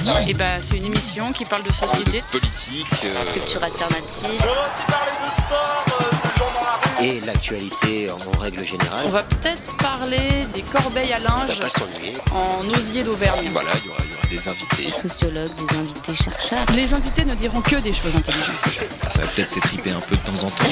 C'est une émission qui parle de société, de politique, culture alternative. On va aussi parler de sport, de gens dans la rue. Et l'actualité en règle générale. On va peut-être parler des corbeilles à linge On va pas s'ennuyer. en osier d'Auvergne. Voilà, il y aura des invités. Des sociologues, des invités chercheurs. Les invités ne diront que des choses intelligentes. Ça va peut-être s'étriper un peu de temps en temps,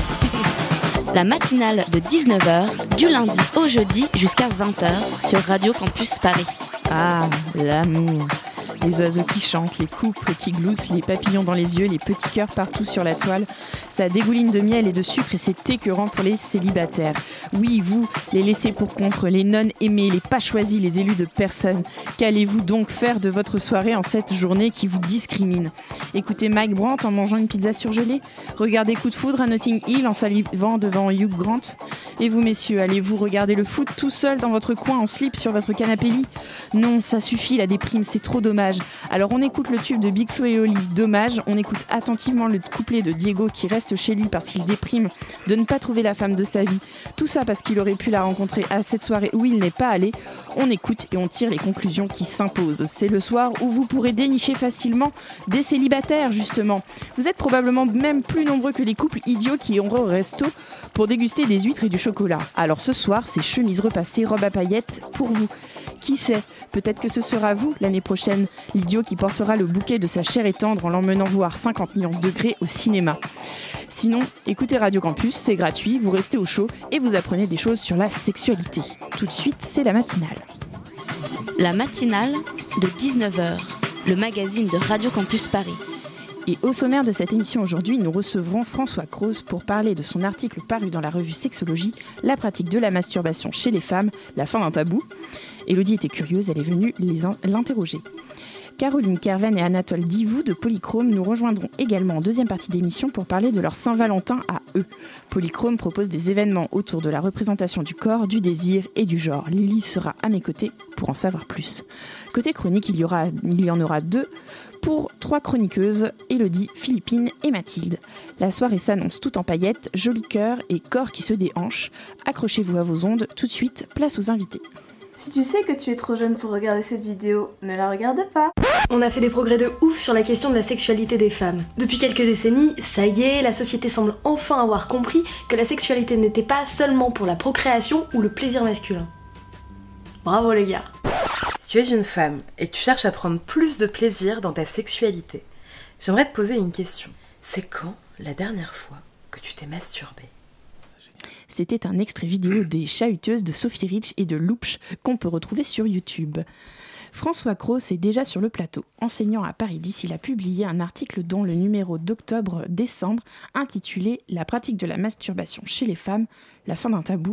mais... La matinale de 19h, du lundi au jeudi jusqu'à 20h sur Radio Campus Paris. Ah, l'amour. Les oiseaux qui chantent, les couples qui gloussent, les papillons dans les yeux, les petits cœurs partout sur la toile. Ça dégouline de miel et de sucre et c'est écœurant pour les célibataires. Oui, vous, les laissés pour contre, les non-aimés, les pas choisis, les élus de personne. Qu'allez-vous donc faire de votre soirée en cette journée qui vous discrimine ? Écoutez Mike Brandt en mangeant une pizza surgelée ? Regardez Coup de foudre à Notting Hill en salivant devant Hugh Grant ? Et vous, messieurs, allez-vous regarder le foot tout seul dans votre coin en slip sur votre canapé lit ? Non, ça suffit, la déprime, c'est trop dommage. Alors on écoute le tube de Big Flo et Oli, Dommage. On écoute attentivement le couplet de Diego qui reste chez lui parce qu'il déprime de ne pas trouver la femme de sa vie. Tout ça parce qu'il aurait pu la rencontrer à cette soirée où il n'est pas allé. On écoute et on tire les conclusions qui s'imposent. C'est le soir où vous pourrez dénicher facilement des célibataires, justement. Vous êtes probablement même plus nombreux que les couples idiots qui iront au resto pour déguster des huîtres et du chocolat. Alors ce soir, c'est chemise repassée, robe à paillettes pour vous. Qui sait, peut-être que ce sera vous l'année prochaine, l'idiot qui portera le bouquet de sa chair et tendre en l'emmenant voir 50 nuances degrés au cinéma. Sinon, écoutez Radio Campus, c'est gratuit, vous restez au chaud et vous apprenez des choses sur la sexualité. Tout de suite, c'est la matinale. La matinale de 19h, le magazine de Radio Campus Paris. Et au sommaire de cette émission aujourd'hui, nous recevrons François Croze pour parler de son article paru dans la revue Sexologie, La pratique de la masturbation chez les femmes, la fin d'un tabou. Élodie était curieuse, elle est venue l'interroger. Caroline Kerven et Anatole Divou de Polychrome nous rejoindront également en deuxième partie d'émission pour parler de leur Saint-Valentin à eux. Polychrome propose des événements autour de la représentation du corps, du désir et du genre. Lily sera à mes côtés pour en savoir plus. Côté chronique, il y en aura 2 pour 3 chroniqueuses, Élodie, Philippine et Mathilde. La soirée s'annonce tout en paillettes, joli cœur et corps qui se déhanchent. Accrochez-vous à vos ondes, tout de suite, place aux invités. Si tu sais que tu es trop jeune pour regarder cette vidéo, ne la regarde pas. On a fait des progrès de ouf sur la question de la sexualité des femmes. Depuis quelques décennies, ça y est, la société semble enfin avoir compris que la sexualité n'était pas seulement pour la procréation ou le plaisir masculin. Bravo les gars. Si tu es une femme et que tu cherches à prendre plus de plaisir dans ta sexualité, j'aimerais te poser une question. C'est quand la dernière fois que tu t'es masturbée ? C'était un extrait vidéo des Chahuteuses de Sophie Rich et de Loupch qu'on peut retrouver sur YouTube. François Croze est déjà sur le plateau. Enseignant à Paris 10, il a publié un article dans le numéro d'octobre-décembre intitulé « La pratique de la masturbation chez les femmes, la fin d'un tabou ?»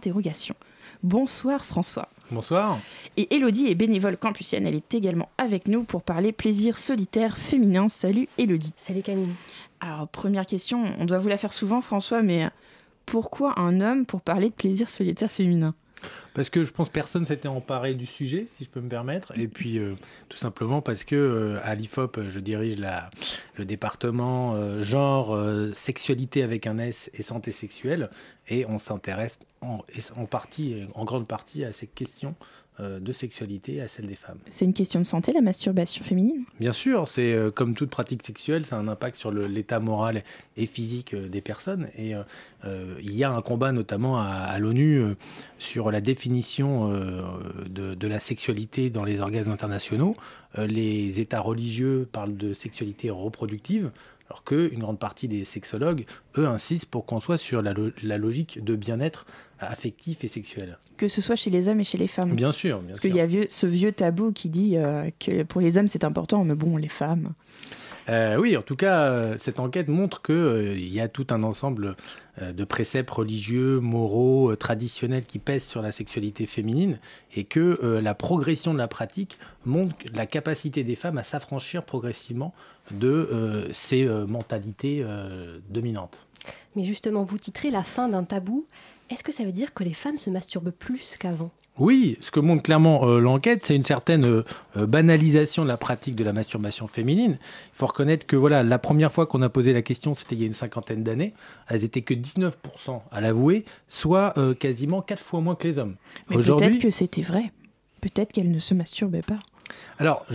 Bonsoir François. Bonsoir. Et Élodie est bénévole campusienne, elle est également avec nous pour parler plaisir solitaire féminin. Salut Élodie. Salut Camille. Alors première question, on doit vous la faire souvent François, mais pourquoi un homme pour parler de plaisir solitaire féminin ? Parce que je pense que personne s'était emparé du sujet, si je peux me permettre. Et puis, tout simplement parce que à l'IFOP, je dirige le département genre, sexualité avec un S et santé sexuelle. Et on s'intéresse en grande partie à ces questions de sexualité, à celle des femmes. C'est une question de santé, la masturbation féminine ? Bien sûr, c'est comme toute pratique sexuelle, ça a un impact sur l'état moral et physique des personnes. Et il y a un combat notamment à l'ONU sur la définition de la sexualité dans les orgasmes internationaux. Les États religieux parlent de sexualité reproductive, alors qu'une grande partie des sexologues, eux, insistent pour qu'on soit sur la logique de bien-être affectif et sexuel. Que ce soit chez les hommes et chez les femmes. Bien sûr. Parce qu'il y a ce vieux tabou qui dit que pour les hommes c'est important, mais bon, les femmes... Oui, en tout cas, cette enquête montre qu'il y a tout un ensemble de préceptes religieux, moraux, traditionnels qui pèsent sur la sexualité féminine et que la progression de la pratique montre la capacité des femmes à s'affranchir progressivement de ces mentalités dominantes. Mais justement, vous titrez la fin d'un tabou. Est-ce que ça veut dire que les femmes se masturbent plus qu'avant ? Oui, ce que montre clairement l'enquête, c'est une certaine banalisation de la pratique de la masturbation féminine. Il faut reconnaître que voilà, la première fois qu'on a posé la question, c'était il y a une 50aine d'années. Elles étaient que 19% à l'avouer, soit quasiment 4 fois moins que les hommes. Mais peut-être que c'était vrai. Peut-être qu'elles ne se masturbaient pas. Alors,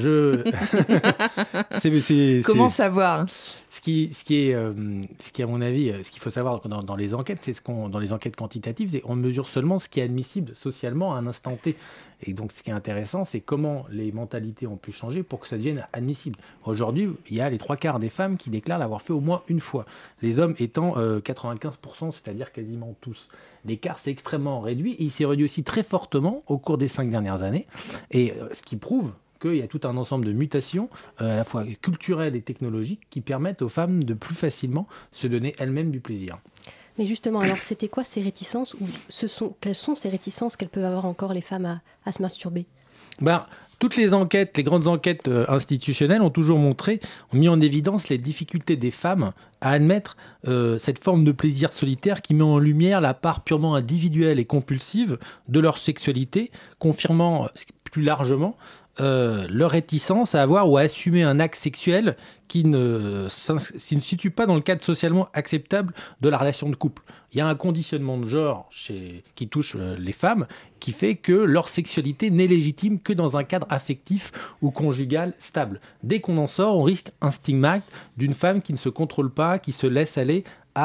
Comment savoir ? Ce qui est, à mon avis, ce qu'il faut savoir dans les enquêtes, dans les enquêtes quantitatives, c'est qu'on mesure seulement ce qui est admissible socialement à un instant T. Et donc, ce qui est intéressant, c'est comment les mentalités ont pu changer pour que ça devienne admissible. Aujourd'hui, il y a les 3/4 des femmes qui déclarent l'avoir fait au moins une fois. Les hommes étant 95%, c'est-à-dire quasiment tous. L'écart s'est extrêmement réduit et il s'est réduit aussi très fortement au cours des 5 dernières années. Et ce qui prouve qu'il y a tout un ensemble de mutations, à la fois culturelles et technologiques, qui permettent aux femmes de plus facilement se donner elles-mêmes du plaisir. Mais justement, alors c'était quoi ces réticences, ou quelles sont ces réticences qu'elles peuvent avoir encore les femmes à se masturber ? Toutes les enquêtes, les grandes enquêtes institutionnelles ont toujours ont mis en évidence les difficultés des femmes à admettre cette forme de plaisir solitaire qui met en lumière la part purement individuelle et compulsive de leur sexualité, confirmant plus largement leur réticence à avoir ou à assumer un acte sexuel qui ne se situe pas dans le cadre socialement acceptable de la relation de couple. Il y a un conditionnement de genre qui touche les femmes qui fait que leur sexualité n'est légitime que dans un cadre affectif ou conjugal stable. Dès qu'on en sort, on risque un stigmate d'une femme qui ne se contrôle pas, qui se laisse aller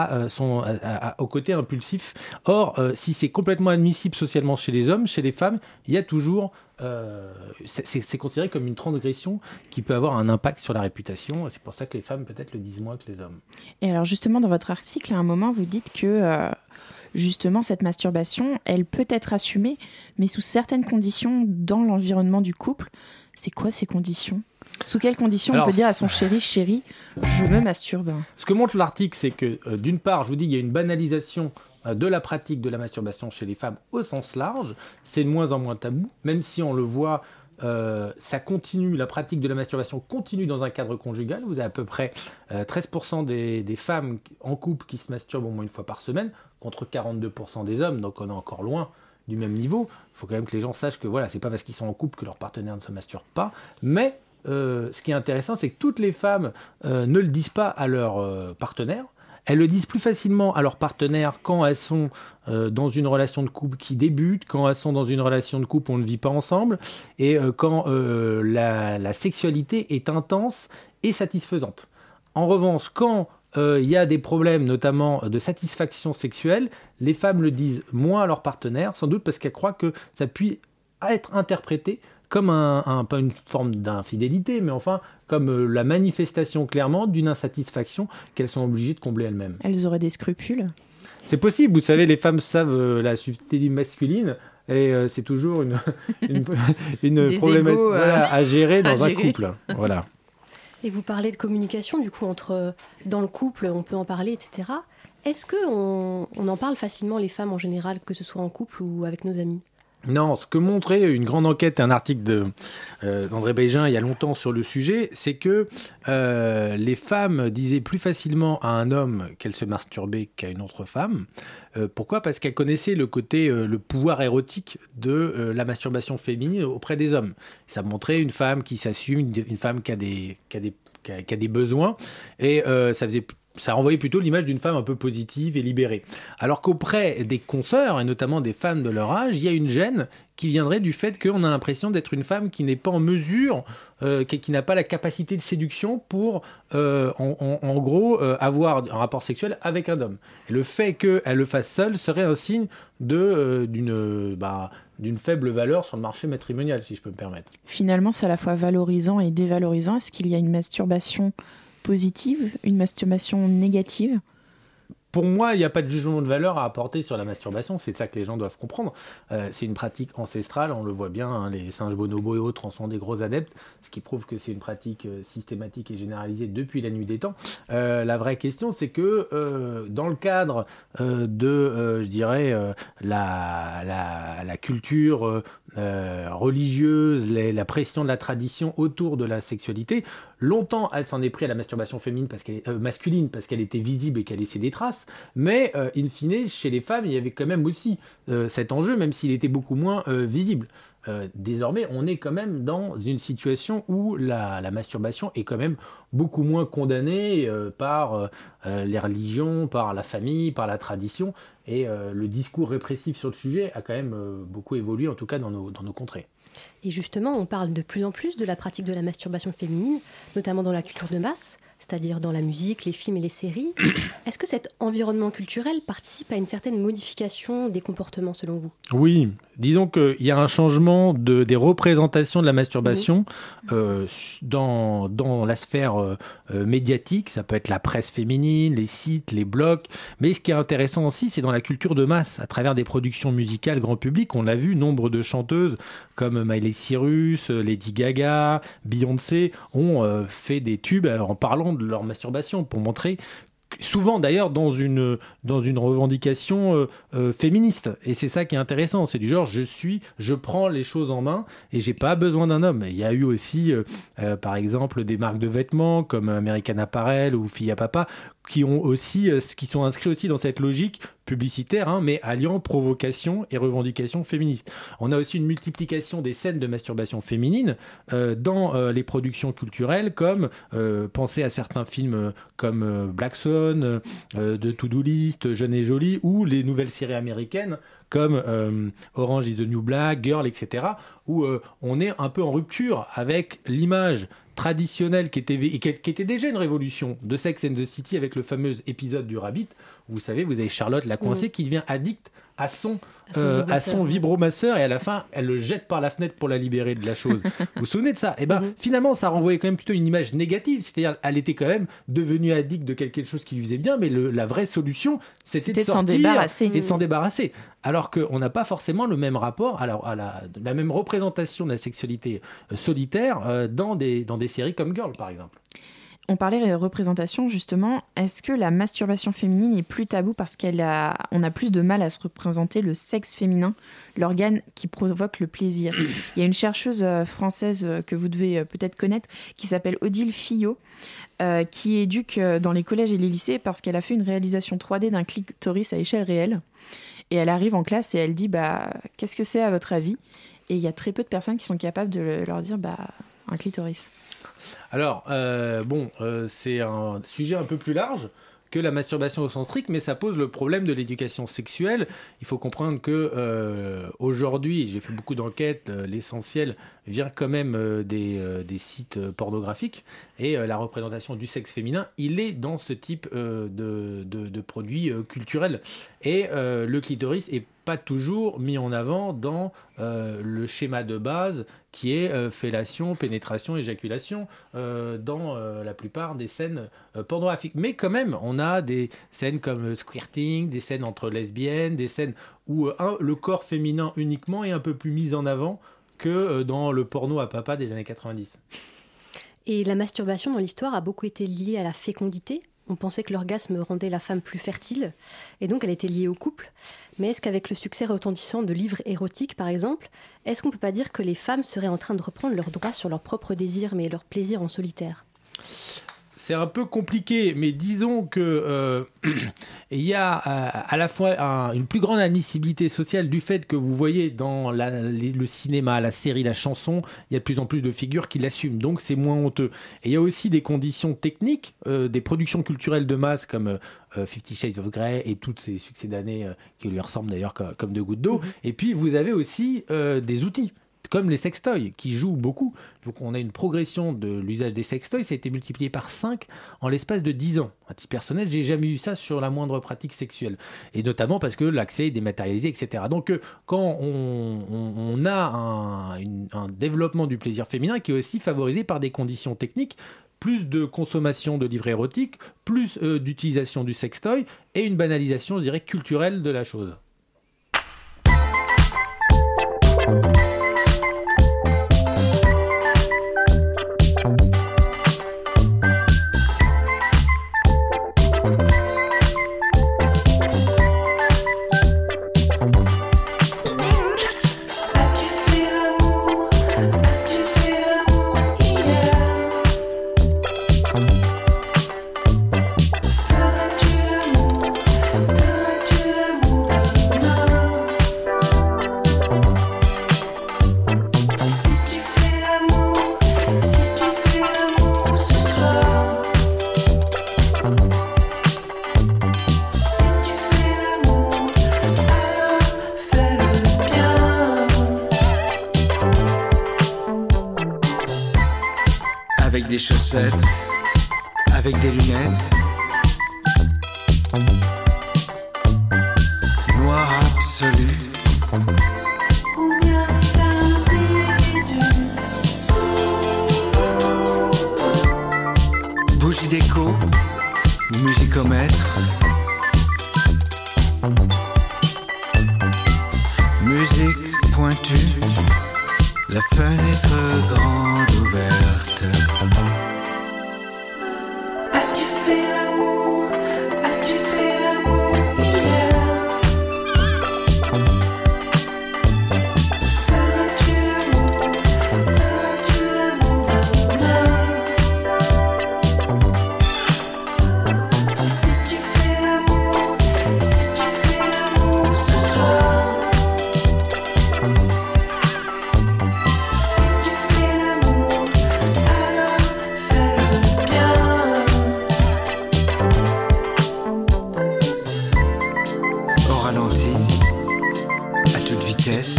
au côté impulsif. Or, si c'est complètement admissible socialement chez les hommes, chez les femmes, il y a toujours... c'est considéré comme une transgression qui peut avoir un impact sur la réputation. C'est pour ça que les femmes peut-être le disent moins que les hommes. Et alors justement, dans votre article, à un moment, vous dites que justement, cette masturbation, elle peut être assumée, mais sous certaines conditions dans l'environnement du couple. C'est quoi ces conditions ? Sous quelles conditions on peut dire à son chéri, je me masturbe ? Ce que montre l'article, c'est que d'une part, je vous dis, il y a une banalisation de la pratique de la masturbation chez les femmes au sens large. C'est de moins en moins tabou, même si on le voit, ça continue, la pratique de la masturbation continue dans un cadre conjugal. Vous avez à peu près 13% des femmes en couple qui se masturbent au moins une fois par semaine, contre 42% des hommes, donc on est encore loin du même niveau. Il faut quand même que les gens sachent que voilà, c'est pas parce qu'ils sont en couple que leur partenaire ne se masturbe pas, mais ce qui est intéressant, c'est que toutes les femmes ne le disent pas à leur partenaire. Elles le disent plus facilement à leur partenaire quand elles sont dans une relation de couple qui débute, quand elles sont dans une relation de couple où on ne vit pas ensemble, et quand la sexualité est intense et satisfaisante. En revanche, quand il y a des problèmes, notamment de satisfaction sexuelle, les femmes le disent moins à leur partenaire, sans doute parce qu'elles croient que ça puisse être interprété comme pas une forme d'infidélité, mais enfin comme la manifestation clairement d'une insatisfaction qu'elles sont obligées de combler elles-mêmes. Elles auraient des scrupules ? C'est possible, vous savez, les femmes savent la subtilité masculine, et c'est toujours une problématique à gérer dans un couple. Voilà. Et vous parlez de communication, du coup, dans le couple, on peut en parler, etc. Est-ce qu'on en parle facilement, les femmes en général, que ce soit en couple ou avec nos amis ? Non, ce que montrait une grande enquête et un article d'André Bégin il y a longtemps sur le sujet, c'est que les femmes disaient plus facilement à un homme qu'elles se masturbaient qu'à une autre femme. Pourquoi ? Parce qu'elles connaissaient le pouvoir érotique de la masturbation féminine auprès des hommes. Ça montrait une femme qui s'assume, une femme qui a des besoins, et ça renvoyait plutôt l'image d'une femme un peu positive et libérée. Alors qu'auprès des consoeurs, et notamment des femmes de leur âge, il y a une gêne qui viendrait du fait qu'on a l'impression d'être une femme qui n'est pas en mesure, qui n'a pas la capacité de séduction pour, en gros, avoir un rapport sexuel avec un homme. Et le fait qu'elle le fasse seule serait un signe d'une faible valeur sur le marché matrimonial, si je peux me permettre. Finalement, c'est à la fois valorisant et dévalorisant. Est-ce qu'il y a une masturbation positive, une masturbation négative ? Pour moi, il n'y a pas de jugement de valeur à apporter sur la masturbation, c'est ça que les gens doivent comprendre. C'est une pratique ancestrale, on le voit bien, hein, les singes bonobos et autres en sont des gros adeptes, ce qui prouve que c'est une pratique systématique et généralisée depuis la nuit des temps. La vraie question, c'est que dans le cadre je dirais, la culture religieuse, la pression de la tradition autour de la sexualité, longtemps, elle s'en est pris à la masturbation masculine parce qu'elle était visible et qu'elle laissait des traces. Mais, in fine, chez les femmes, il y avait quand même aussi cet enjeu, même s'il était beaucoup moins visible. Désormais, on est quand même dans une situation où la masturbation est quand même beaucoup moins condamnée par les religions, par la famille, par la tradition. Et le discours répressif sur le sujet a quand même beaucoup évolué, en tout cas dans nos contrées. Et justement, on parle de plus en plus de la pratique de la masturbation féminine, notamment dans la culture de masse, c'est-à-dire dans la musique, les films et les séries. Est-ce que cet environnement culturel participe à une certaine modification des comportements selon vous ? Oui, disons qu'il y a un changement des représentations de la masturbation dans la sphère médiatique. Ça peut être la presse féminine, les sites, les blogs. Mais ce qui est intéressant aussi, c'est dans la culture de masse, à travers des productions musicales grand public. On l'a vu, nombre de chanteuses comme Miley Cyrus, Lady Gaga, Beyoncé ont fait des tubes en parlant de leur masturbation pour montrer, souvent d'ailleurs dans une revendication féministe. Et c'est ça qui est intéressant, c'est du genre je prends les choses en main et j'ai pas besoin d'un homme. Il y a eu aussi par exemple des marques de vêtements comme American Apparel ou Fille à Papa qui sont inscrits aussi dans cette logique publicitaire, mais alliant provocation et revendication féministe. On a aussi une multiplication des scènes de masturbation féminine dans les productions culturelles, comme pensez à certains films comme Black Swan, de To-Do List, Jeune et Jolie, ou les nouvelles séries américaines comme Orange is the New Black, Girl, etc., où on est un peu en rupture avec l'image traditionnelle qui était déjà une révolution de Sex and the City avec le fameux épisode du Rabbit. Vous savez, vous avez Charlotte la coincée qui devient addicte à son vibromasseur et à la fin, elle le jette par la fenêtre pour la libérer de la chose. Vous vous souvenez de ça ? Finalement, ça renvoyait quand même plutôt une image négative, c'est-à-dire elle était quand même devenue addict de quelque chose qui lui faisait bien, mais la vraie solution, c'était de sortir et de s'en débarrasser. Alors qu'on n'a pas forcément le même rapport à la même représentation de la sexualité solitaire dans des séries comme Girl, par exemple. On parlait de représentation, justement. Est-ce que la masturbation féminine est plus taboue parce qu'on a plus de mal à se représenter le sexe féminin, l'organe qui provoque le plaisir ? Il y a une chercheuse française que vous devez peut-être connaître qui s'appelle Odile Fillot, qui éduque dans les collèges et les lycées parce qu'elle a fait une réalisation 3D d'un clitoris à échelle réelle. Et elle arrive en classe et elle dit « Qu'est-ce que c'est à votre avis ?» Et il y a très peu de personnes qui sont capables de leur dire « un clitoris ». Alors, c'est un sujet un peu plus large que la masturbation au sens strict, mais ça pose le problème de l'éducation sexuelle. Il faut comprendre que aujourd'hui, j'ai fait beaucoup d'enquêtes, l'essentiel vient quand même des sites pornographiques, et la représentation du sexe féminin, il est dans ce type de produits culturels. Et le clitoris est pas toujours mis en avant dans le schéma de base qui est fellation, pénétration, éjaculation dans la plupart des scènes pornographiques. Mais quand même, on a des scènes comme squirting, des scènes entre lesbiennes, des scènes où le corps féminin uniquement est un peu plus mis en avant que dans le porno à papa des années 90. Et la masturbation dans l'histoire a beaucoup été liée à la fécondité. On pensait que l'orgasme rendait la femme plus fertile, et donc elle était liée au couple. Mais est-ce qu'avec le succès retentissant de livres érotiques, par exemple, est-ce qu'on ne peut pas dire que les femmes seraient en train de reprendre leurs droits sur leur propre désir, mais leur plaisir en solitaire ? C'est un peu compliqué, mais disons que il y a à la fois une plus grande admissibilité sociale du fait que vous voyez dans le cinéma, la série, la chanson, il y a de plus en plus de figures qui l'assument, donc c'est moins honteux. Et il y a aussi des conditions techniques, des productions culturelles de masse comme 50 Shades of Grey et tous ces succès d'années qui lui ressemblent d'ailleurs comme de gouttes d'eau. Et puis vous avez aussi des outils comme les sextoys, qui jouent beaucoup. Donc on a une progression de l'usage des sextoys, ça a été multiplié par 5 en l'espace de 10 ans. À titre personnel, j'ai jamais eu ça sur la moindre pratique sexuelle. Et notamment parce que l'accès est dématérialisé, etc. Donc quand on a un développement du plaisir féminin qui est aussi favorisé par des conditions techniques, plus de consommation de livres érotiques, plus d'utilisation du sextoy et une banalisation, je dirais, culturelle de la chose. avec des chaussettes, avec des lunettes. Noir absolu. Combien d'individus? Bougie d'écho, musicomètre. Musique pointue, la fenêtre grande ouverte. As-tu fait l'amour? As-tu fait l'amour hier? Feras-tu l'amour? Feras-tu l'amour demain? Si tu fais l'amour ce soir. Si tu fais l'amour, alors fais-le bien. Au ralenti, à toute vitesse.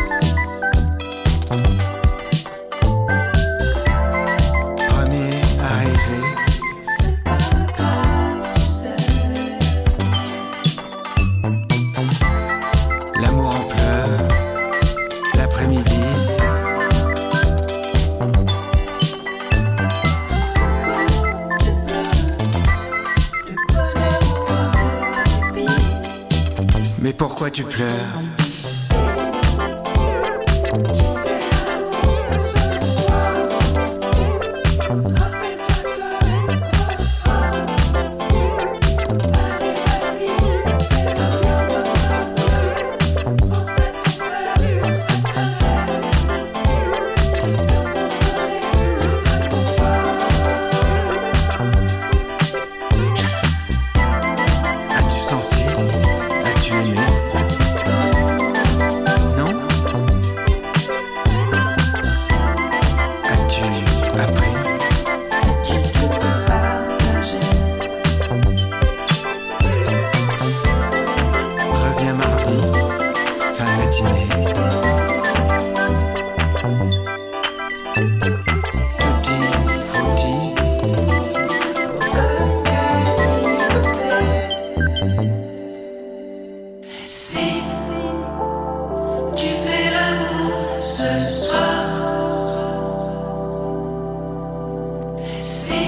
Premier arrivé. C'est pas grave, tu sais. L'amour en pleurs, l'après-midi. Mais pourquoi tu pleures? As-tu senti? As-tu aimé? Non? As-tu appris? As-tu tout partagé? Reviens mardi, fin de matinée. Tutti frutti. Si tu fais l'amour ce soir. Si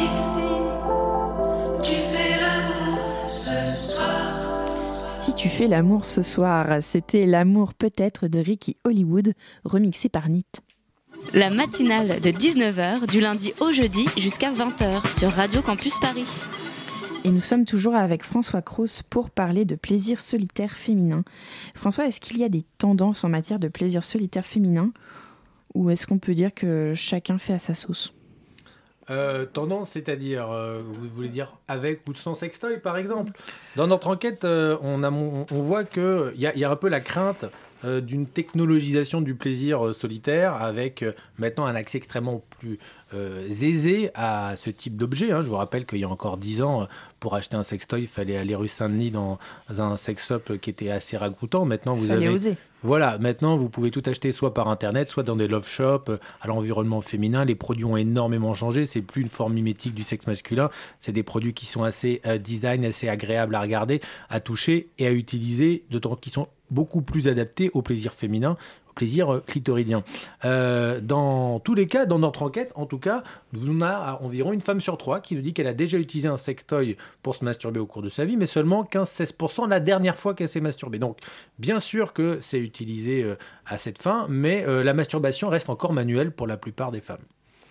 tu fais l'amour ce soir. Si tu fais l'amour ce soir, c'était L'amour peut-être de Ricky Hollywood, remixé par Nit. La matinale de 19h du lundi au jeudi jusqu'à 20h sur Radio Campus Paris. Et nous sommes toujours avec François Cros pour parler de plaisir solitaire féminin. François, est-ce qu'il y a des tendances en matière de plaisir solitaire féminin ou est-ce qu'on peut dire que chacun fait à sa sauce ? Tendance, c'est-à-dire, vous voulez dire avec ou sans sextoy, par exemple. Dans notre enquête, on voit qu'il y a un peu la crainte d'une technologisation du plaisir solitaire avec maintenant un accès extrêmement plus aisé à ce type d'objet. Je vous rappelle qu'il y a encore 10 ans, pour acheter un sextoy, il fallait aller rue Saint-Denis dans un sex-shop qui était assez ragoûtant. Maintenant, vous avez oser. Voilà, maintenant vous pouvez tout acheter soit par internet, soit dans des love shops, à l'environnement féminin. Les produits ont énormément changé, c'est plus une forme mimétique du sexe masculin, c'est des produits qui sont assez design, assez agréables à regarder, à toucher et à utiliser, d'autant qu'ils sont beaucoup plus adaptés au plaisir féminin, au plaisir clitoridien. Dans tous les cas, dans notre enquête, en tout cas, on a environ une femme sur 3 qui nous dit qu'elle a déjà utilisé un sextoy pour se masturber au cours de sa vie, mais seulement 15-16% la dernière fois qu'elle s'est masturbée. Donc, bien sûr que c'est utilisé à cette fin, mais la masturbation reste encore manuelle pour la plupart des femmes.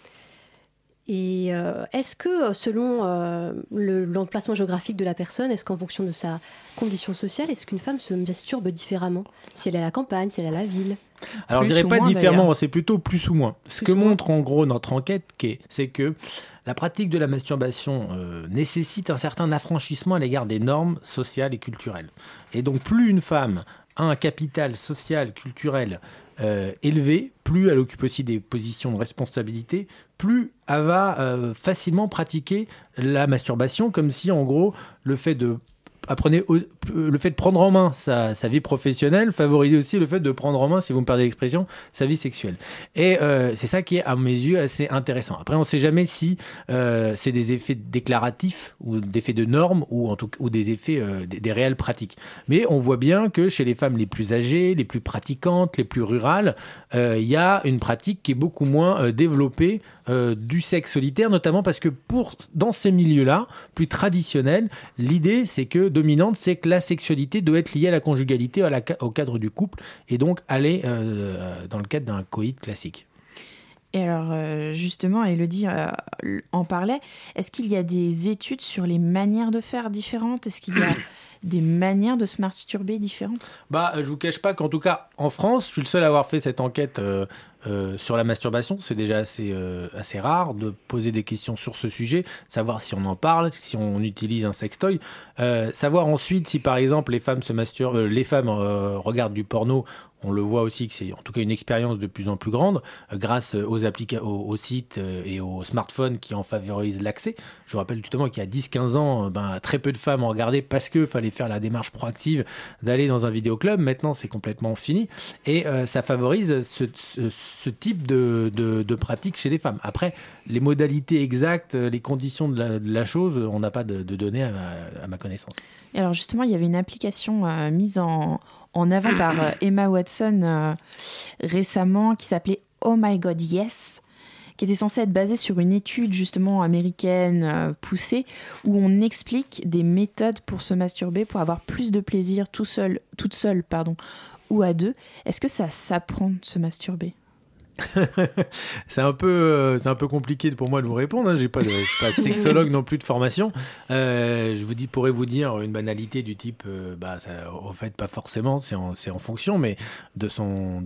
Et est-ce que selon l'emplacement géographique de la personne, est-ce qu'en fonction de sa condition sociale, est-ce qu'une femme se masturbe différemment? Si elle est à la campagne, si elle est à la ville? Alors je dirais pas différemment, c'est plutôt plus ou moins. Ce que montre en gros notre enquête, c'est que la pratique de la masturbation nécessite un certain affranchissement à l'égard des normes sociales et culturelles. Et donc plus une femme a un capital social, culturel élevé, plus elle occupe aussi des positions de responsabilité, plus elle va facilement pratiquer la masturbation, comme si en gros le fait de le fait de prendre en main sa vie professionnelle, favorisez aussi le fait de prendre en main, si vous me perdez l'expression, sa vie sexuelle. Et c'est ça qui est, à mes yeux, assez intéressant. Après, on ne sait jamais si c'est des effets déclaratifs ou des effets de normes ou des effets des réelles pratiques. Mais on voit bien que chez les femmes les plus âgées, les plus pratiquantes, les plus rurales, il y a une pratique qui est beaucoup moins développée du sexe solitaire, notamment parce que dans ces milieux-là, plus traditionnels, l'idée dominante, c'est que la sexualité doit être liée à la conjugalité, au cadre du couple, et donc aller dans le cadre d'un coït classique. Et alors, justement, Élodie en parlait. Est-ce qu'il y a des études sur les manières de faire différentes ? Est-ce qu'il y a des manières de se masturber différentes ? Je vous cache pas qu'en tout cas, en France, je suis le seul à avoir fait cette enquête sur la masturbation. C'est déjà assez rare de poser des questions sur ce sujet, savoir si on en parle, si on utilise un sextoy, savoir ensuite si par exemple les femmes regardent du porno. On le voit aussi que c'est en tout cas une expérience de plus en plus grande grâce aux sites et aux smartphones qui en favorisent l'accès. Je vous rappelle justement qu'il y a 10-15 ans, très peu de femmes en regardaient parce qu'il fallait faire la démarche proactive d'aller dans un vidéoclub. Maintenant, c'est complètement fini. Et ça favorise ce type de pratique chez les femmes. Après, les modalités exactes, les conditions de la chose, on n'a pas de données à ma connaissance. Et alors justement, il y avait une application mise en avant par Emma Watson récemment qui s'appelait Oh My God Yes, qui était censée être basée sur une étude justement américaine poussée où on explique des méthodes pour se masturber, pour avoir plus de plaisir toute seule, ou à deux. Est-ce que ça s'apprend de se masturber ? C'est un peu compliqué pour moi de vous répondre. Je suis pas sexologue non plus de formation. Je pourrais vous dire une banalité du type, en fait pas forcément. C'est en fonction, mais de son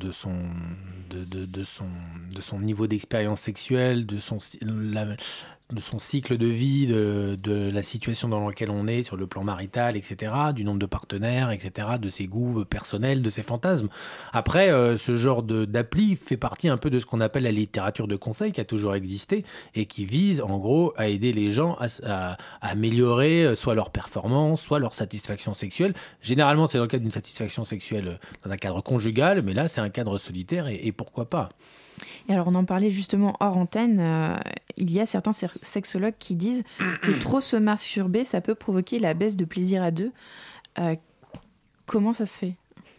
niveau d'expérience sexuelle, de son cycle de vie, de la situation dans laquelle on est sur le plan marital, etc., du nombre de partenaires, etc., de ses goûts personnels, de ses fantasmes. Après, ce genre d'appli fait partie un peu de ce qu'on appelle la littérature de conseil qui a toujours existé et qui vise en gros à aider les gens à améliorer soit leur performance, soit leur satisfaction sexuelle. Généralement, c'est dans le cadre d'une satisfaction sexuelle dans un cadre conjugal, mais là, c'est un cadre solitaire et pourquoi pas. Et alors, on en parlait justement hors antenne. Il y a certains sexologues qui disent que trop se masturber, ça peut provoquer la baisse de plaisir à deux. Comment ça se fait ?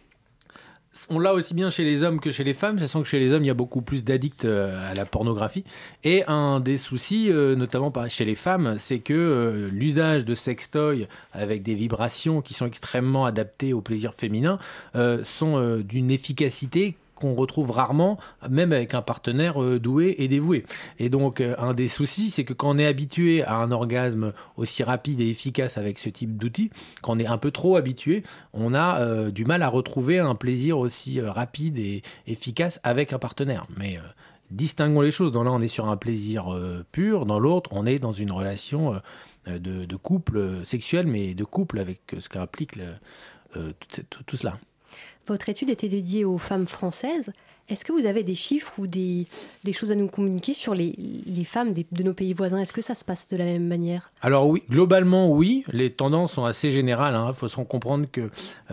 On l'a aussi bien chez les hommes que chez les femmes, sachant que chez les hommes, il y a beaucoup plus d'addicts à la pornographie. Et un des soucis, notamment chez les femmes, c'est que l'usage de sextoys avec des vibrations qui sont extrêmement adaptées au plaisir féminin sont d'une efficacité qu'on retrouve rarement, même avec un partenaire doué et dévoué. Et donc, un des soucis, c'est que quand on est habitué à un orgasme aussi rapide et efficace avec ce type d'outils, quand on est un peu trop habitué, on a du mal à retrouver un plaisir aussi rapide et efficace avec un partenaire. Mais distinguons les choses. Dans l'un, on est sur un plaisir pur. Dans l'autre, on est dans une relation de couple sexuel, mais de couple avec ce qu'implique tout cela. Votre étude était dédiée aux femmes françaises. Est-ce que vous avez des chiffres ou des choses à nous communiquer sur les femmes de nos pays voisins ? Est-ce que ça se passe de la même manière ? Alors oui, globalement oui. Les tendances sont assez générales. Il faut se comprendre que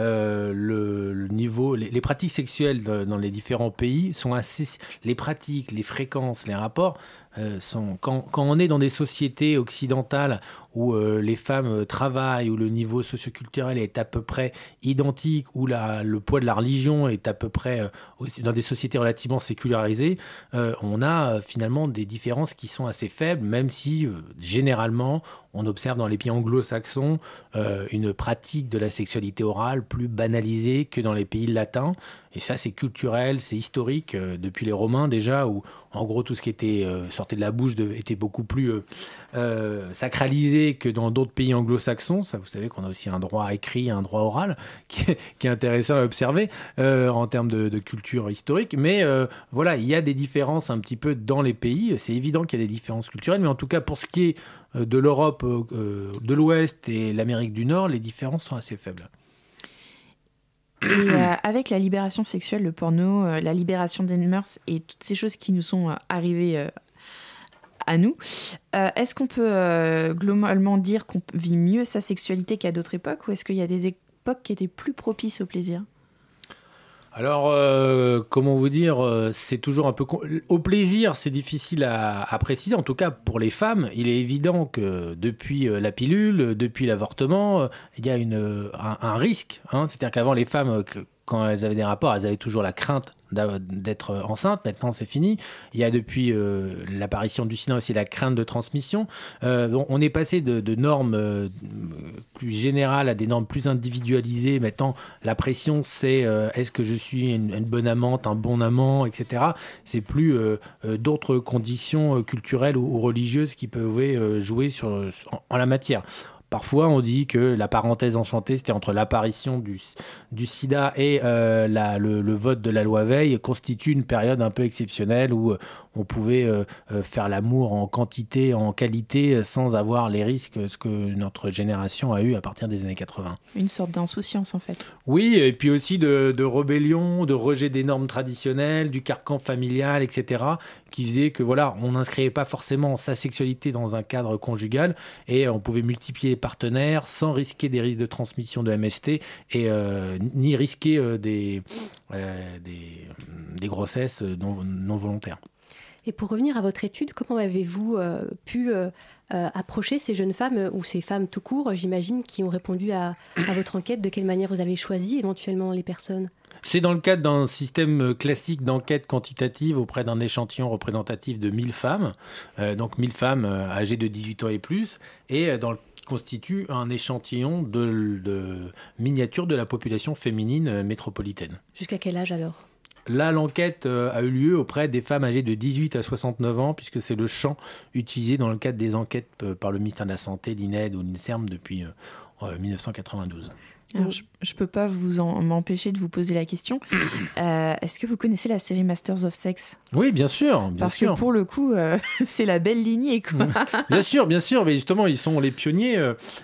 le niveau, les pratiques sexuelles dans les différents pays sont assez... Les pratiques, les fréquences, les rapports sont... Quand on est dans des sociétés occidentales où les femmes travaillent, où le niveau socioculturel est à peu près identique, où le poids de la religion est à peu près... dans des sociétés relativement sécularisées, on a finalement des différences qui sont assez faibles, même si généralement on observe dans les pays anglo-saxons une pratique de la sexualité orale plus banalisée que dans les pays latins. Et ça, c'est culturel, c'est historique, depuis les Romains déjà, où en gros tout ce qui était sortait de la bouche était beaucoup plus sacralisé que dans d'autres pays anglo-saxons. Ça, vous savez qu'on a aussi un droit écrit, un droit oral qui est intéressant à observer en termes de culture historique. Mais voilà, il y a des différences un petit peu dans les pays. C'est évident qu'il y a des différences culturelles, mais en tout cas pour ce qui est de l'Europe de l'Ouest et l'Amérique du Nord, les différences sont assez faibles. Et avec la libération sexuelle, le porno, la libération des mœurs et toutes ces choses qui nous sont arrivées à nous. Est-ce qu'on peut globalement dire qu'on vit mieux sa sexualité qu'à d'autres époques, ou est-ce qu'il y a des époques qui étaient plus propices au plaisir ? Alors, comment vous dire, c'est toujours un peu... Au plaisir, c'est difficile à préciser. En tout cas, pour les femmes, il est évident que depuis la pilule, depuis l'avortement, il y a un risque. C'est-à-dire qu'avant, les femmes, quand elles avaient des rapports, elles avaient toujours la crainte d'être enceinte. Maintenant, c'est fini. Il y a depuis l'apparition du sida aussi la crainte de transmission. On est passé de normes plus générales à des normes plus individualisées. Maintenant, la pression, c'est est-ce que je suis une bonne amante, un bon amant, etc. C'est plus d'autres conditions culturelles ou religieuses qui peuvent jouer en la matière. Parfois, on dit que la parenthèse enchantée, c'était entre l'apparition du sida et le vote de la loi Veil, constitue une période un peu exceptionnelle où on pouvait faire l'amour en quantité, en qualité, sans avoir les risques ce que notre génération a eu à partir des années 80. Une sorte d'insouciance, en fait. Oui, et puis aussi de rébellion, de rejet des normes traditionnelles, du carcan familial, etc., qui faisait que, voilà, on n'inscrivait pas forcément sa sexualité dans un cadre conjugal, et on pouvait multiplier les partenaires sans risquer des risques de transmission de MST, et ni risquer des grossesses non volontaires. Et pour revenir à votre étude, comment avez-vous pu approcher ces jeunes femmes, ou ces femmes tout court, j'imagine, qui ont répondu à votre enquête? De quelle manière vous avez choisi éventuellement les personnes? C'est dans le cadre d'un système classique d'enquête quantitative auprès d'un échantillon représentatif de 1000 femmes, donc 1000 femmes âgées de 18 ans et plus, et qui constitue un échantillon de miniature de la population féminine métropolitaine. Jusqu'à quel âge alors ? Là, l'enquête a eu lieu auprès des femmes âgées de 18 à 69 ans, puisque c'est le champ utilisé dans le cadre des enquêtes par le ministère de la Santé, l'INED ou l'INSERM depuis 1992. Alors, je ne peux pas m'empêcher de vous poser la question. Est-ce que vous connaissez la série Masters of Sex ? Oui, bien sûr. Parce que pour le coup, c'est la belle lignée, quoi. Bien sûr. Mais justement, ils sont les pionniers,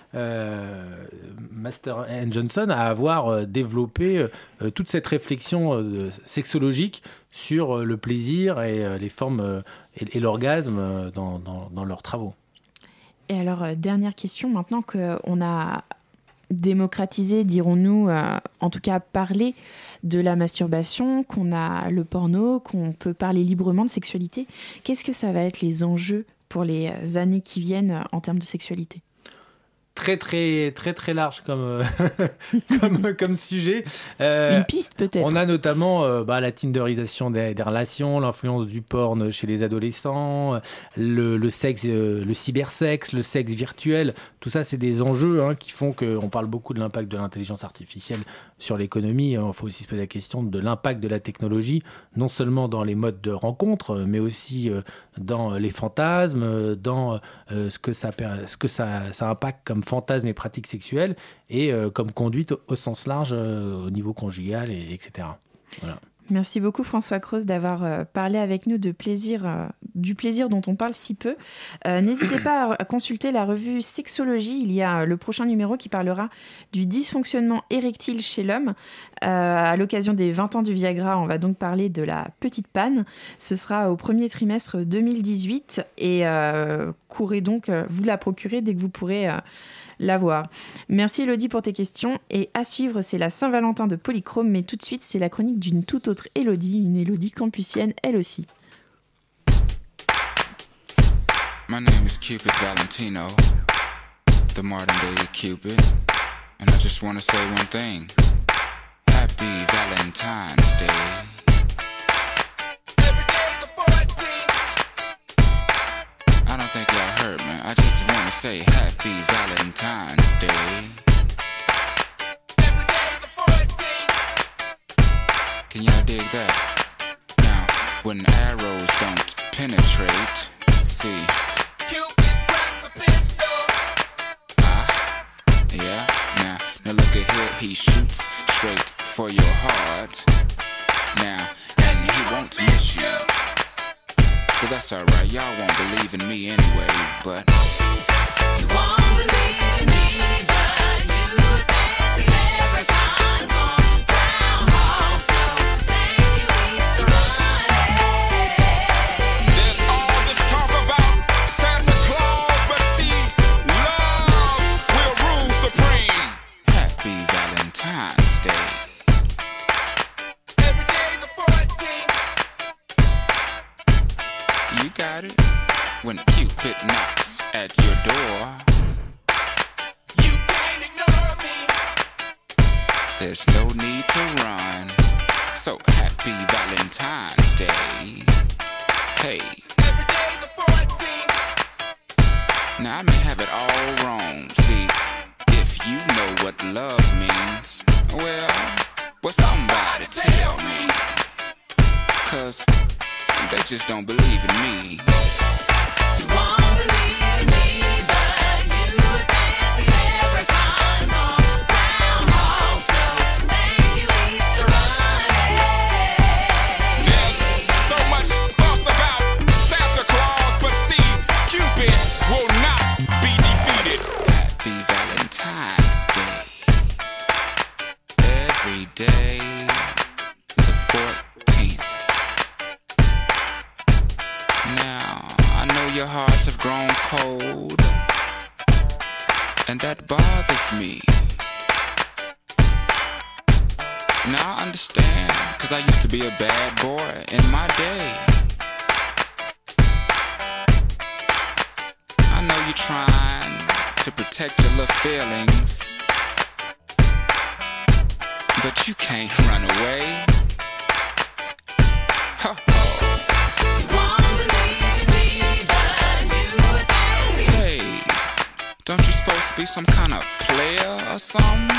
Master & Johnson, à avoir développé toute cette réflexion sexologique sur le plaisir et les formes et l'orgasme dans leurs travaux. Et alors, dernière question, maintenant qu'on a démocratiser, dirons-nous, en tout cas parler de la masturbation, qu'on a le porno, qu'on peut parler librement de sexualité. Qu'est-ce que ça va être les enjeux pour les années qui viennent en termes de sexualité ? Très large comme sujet. Une piste peut-être. On a notamment la tinderisation des relations, l'influence du porn chez les adolescents, le sexe, le cybersexe, le sexe virtuel. Tout ça, c'est des enjeux qui font qu'on parle beaucoup de l'impact de l'intelligence artificielle sur l'économie. Il faut aussi se poser la question de l'impact de la technologie, non seulement dans les modes de rencontre, mais aussi dans les fantasmes, dans ce que ça impacte comme fantasmes et pratiques sexuelles, et comme conduite au sens large au niveau conjugal, etc. Voilà. Merci beaucoup François Creuse d'avoir parlé avec nous du plaisir dont on parle si peu. N'hésitez pas à consulter la revue Sexologie. Il y a le prochain numéro qui parlera du dysfonctionnement érectile chez l'homme. À l'occasion des 20 ans du Viagra, on va donc parler de la petite panne. Ce sera au premier trimestre 2018 et courez donc vous la procurer dès que vous pourrez l'avoir. Merci Elodie pour tes questions, et à suivre, c'est la Saint-Valentin de Polychrome, mais tout de suite c'est la chronique d'une toute autre Elodie, une Elodie campusienne elle aussi. My name is Cupid Valentino, the modern day Cupid, and I just want to say one thing: Happy Valentine's Day. I don't think y'all heard me. I just want to say Happy Valentine's Day. Can y'all dig that? Now, when arrows don't penetrate, see. Cupid grabs the pistol. Yeah. Now look at here, he shoots straight for your heart. Now, and he won't miss you. But that's alright, y'all won't believe in me anyway, but you won't believe in me, but you would fancy leprechauns on Groundhog Show. Thank you, Easter Bunny. There's all this talk about Cupid knocks at your door. You can't ignore me. There's no need to run. So happy Valentine's Day. Hey. Every day the 14th. Now I may have it all wrong. See, if you know what love means, well, somebody tell me. 'Cause they just don't believe in me. You won't believe in me, but you would fancy every time on Groundhog Show. Thank you, Easter Bunny. There's so much fuss about Santa Claus, but see, Cupid will not be defeated. Happy Valentine's Day. Every day, the 14th. Now, I know your hearts have grown cold, and that bothers me. Now I understand, 'cause I used to be a bad boy in my day. I know you're trying to protect your little feelings, but you can't run away. Don't you supposed to be some kind of player or something?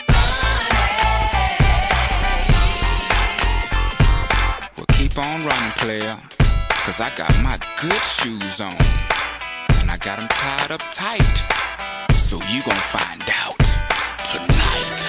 Well, keep on running, player, 'cause I got my good shoes on, and I got them tied up tight, so you gon' find out tonight.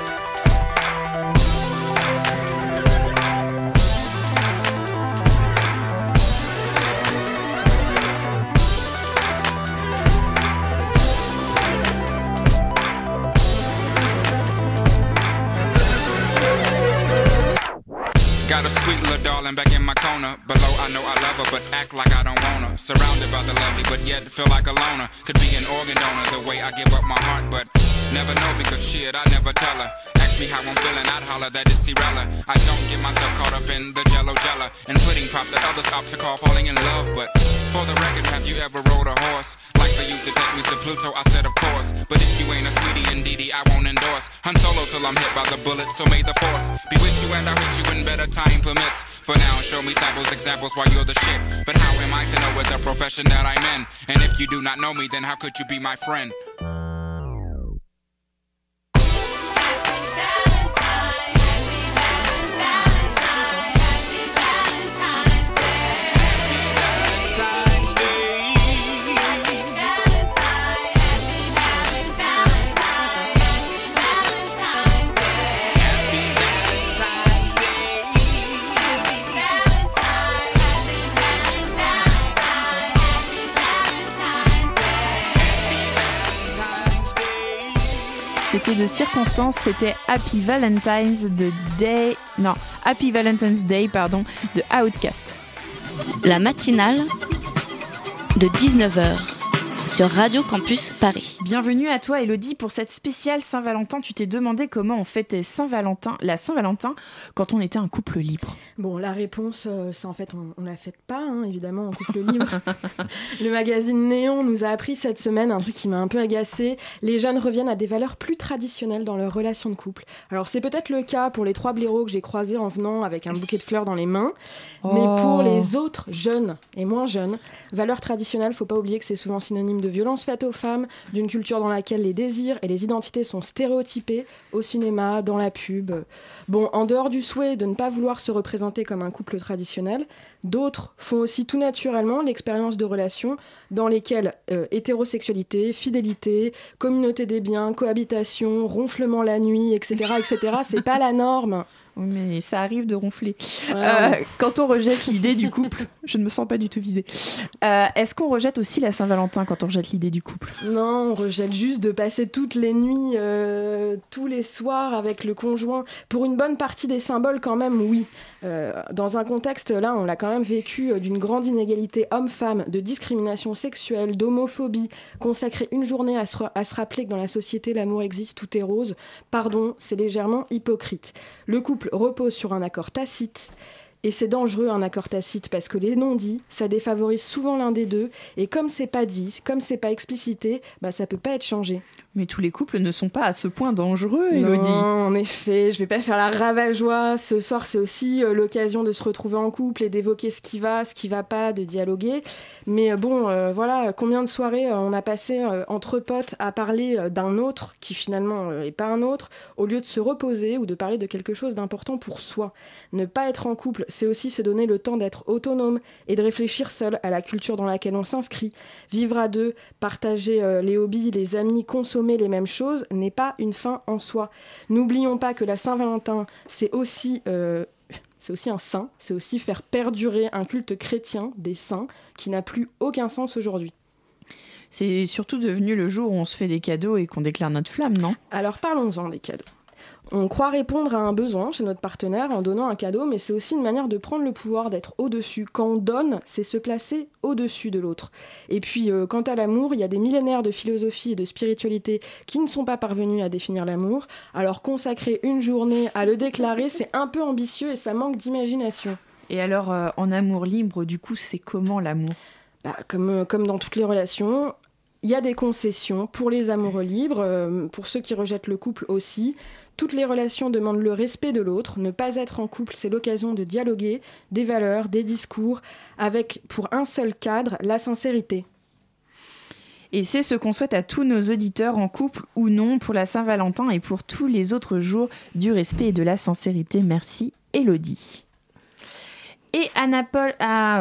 Got a sweet little darling back in my corner. Below, I know I love her, but act like I don't want her. Surrounded by the lovely, but yet feel like a loner. Could be an organ donor the way I give up my heart, but never know because shit, I never tell her. Ask me how I'm feeling, I'd holler that it's Cirella. I don't get myself caught up in the jello jella and pudding pop that others opt to call falling in love. But for the record, have you ever rode a horse? Like for you to take me to Pluto, I said of course. But if you ain't a sweetie indeedy, I won't endorse. Han Solo till I'm hit by the bullet, so may the force be with you and I'll hit you when better time permits. For now, show me samples, examples while you're the shit. But how am I to know what the profession that I'm in? And if you do not know me, then how could you be my friend? C'était de circonstance, c'était Happy Valentine's Day de Outkast. La matinale de 19h sur Radio Campus Paris. Bienvenue à toi Elodie pour cette spéciale Saint-Valentin. Tu t'es demandé comment on fêtait la Saint-Valentin quand on était un couple libre. Bon, la réponse, c'est en fait on la fête pas, évidemment, en couple libre. Le magazine Néon nous a appris cette semaine un truc qui m'a un peu agacée. Les jeunes reviennent à des valeurs plus traditionnelles dans leurs relations de couple. Alors c'est peut-être le cas pour les 3 blaireaux que j'ai croisés en venant avec un bouquet de fleurs dans les mains. Mais pour les autres jeunes et moins jeunes, valeurs traditionnelles, faut pas oublier que c'est souvent synonyme de violence faite aux femmes, d'une culture dans laquelle les désirs et les identités sont stéréotypés au cinéma, dans la pub. Bon, en dehors du souhait de ne pas vouloir se représenter comme un couple traditionnel, d'autres font aussi tout naturellement l'expérience de relations dans lesquelles hétérosexualité, fidélité, communauté des biens, cohabitation, ronflement la nuit, etc., c'est pas la norme. Oui, mais ça arrive de ronfler. Quand on rejette l'idée du couple, je ne me sens pas du tout visée. Est-ce qu'on rejette aussi la Saint-Valentin quand on rejette l'idée du couple ? Non, on rejette juste de passer toutes les nuits, tous les soirs avec le conjoint. Pour une bonne partie des symboles, quand même, oui. Dans un contexte, là, on l'a quand même vécu d'une grande inégalité homme-femme, de discrimination sexuelle, d'homophobie. Consacrer une journée à se rappeler que dans la société, l'amour existe, tout est rose. Pardon, c'est légèrement hypocrite. Le couple repose sur un accord tacite. Et c'est dangereux un accord tacite parce que les non-dits, ça défavorise souvent l'un des deux. Et comme c'est pas dit, comme c'est pas explicité, ça peut pas être changé. Mais tous les couples ne sont pas à ce point dangereux, Élodie. Non, en effet, je vais pas faire la ravageoise. Ce soir, c'est aussi l'occasion de se retrouver en couple et d'évoquer ce qui va pas, de dialoguer. Mais voilà, combien de soirées on a passé entre potes à parler d'un autre qui finalement est pas un autre, au lieu de se reposer ou de parler de quelque chose d'important pour soi. Ne pas être en couple, c'est aussi se donner le temps d'être autonome et de réfléchir seul à la culture dans laquelle on s'inscrit. Vivre à deux, partager les hobbies, les amis, consommer les mêmes choses n'est pas une fin en soi. N'oublions pas que la Saint-Valentin, c'est aussi un saint, c'est aussi faire perdurer un culte chrétien des saints qui n'a plus aucun sens aujourd'hui. C'est surtout devenu le jour où on se fait des cadeaux et qu'on déclare notre flamme, non ? Alors parlons-en des cadeaux. On croit répondre à un besoin chez notre partenaire en donnant un cadeau, mais c'est aussi une manière de prendre le pouvoir, d'être au-dessus. Quand on donne, c'est se placer au-dessus de l'autre. Et puis, quant à l'amour, il y a des millénaires de philosophie et de spiritualité qui ne sont pas parvenus à définir l'amour. Alors consacrer une journée à le déclarer, c'est un peu ambitieux et ça manque d'imagination. Et alors, en amour libre, du coup, c'est comment l'amour ? Comme dans toutes les relations, il y a des concessions pour les amoureux libres, pour ceux qui rejettent le couple aussi. Toutes les relations demandent le respect de l'autre. Ne pas être en couple, c'est l'occasion de dialoguer des valeurs, des discours, avec pour un seul cadre, la sincérité. Et c'est ce qu'on souhaite à tous nos auditeurs en couple ou non pour la Saint-Valentin et pour tous les autres jours du respect et de la sincérité. Merci Élodie. Et Anatole,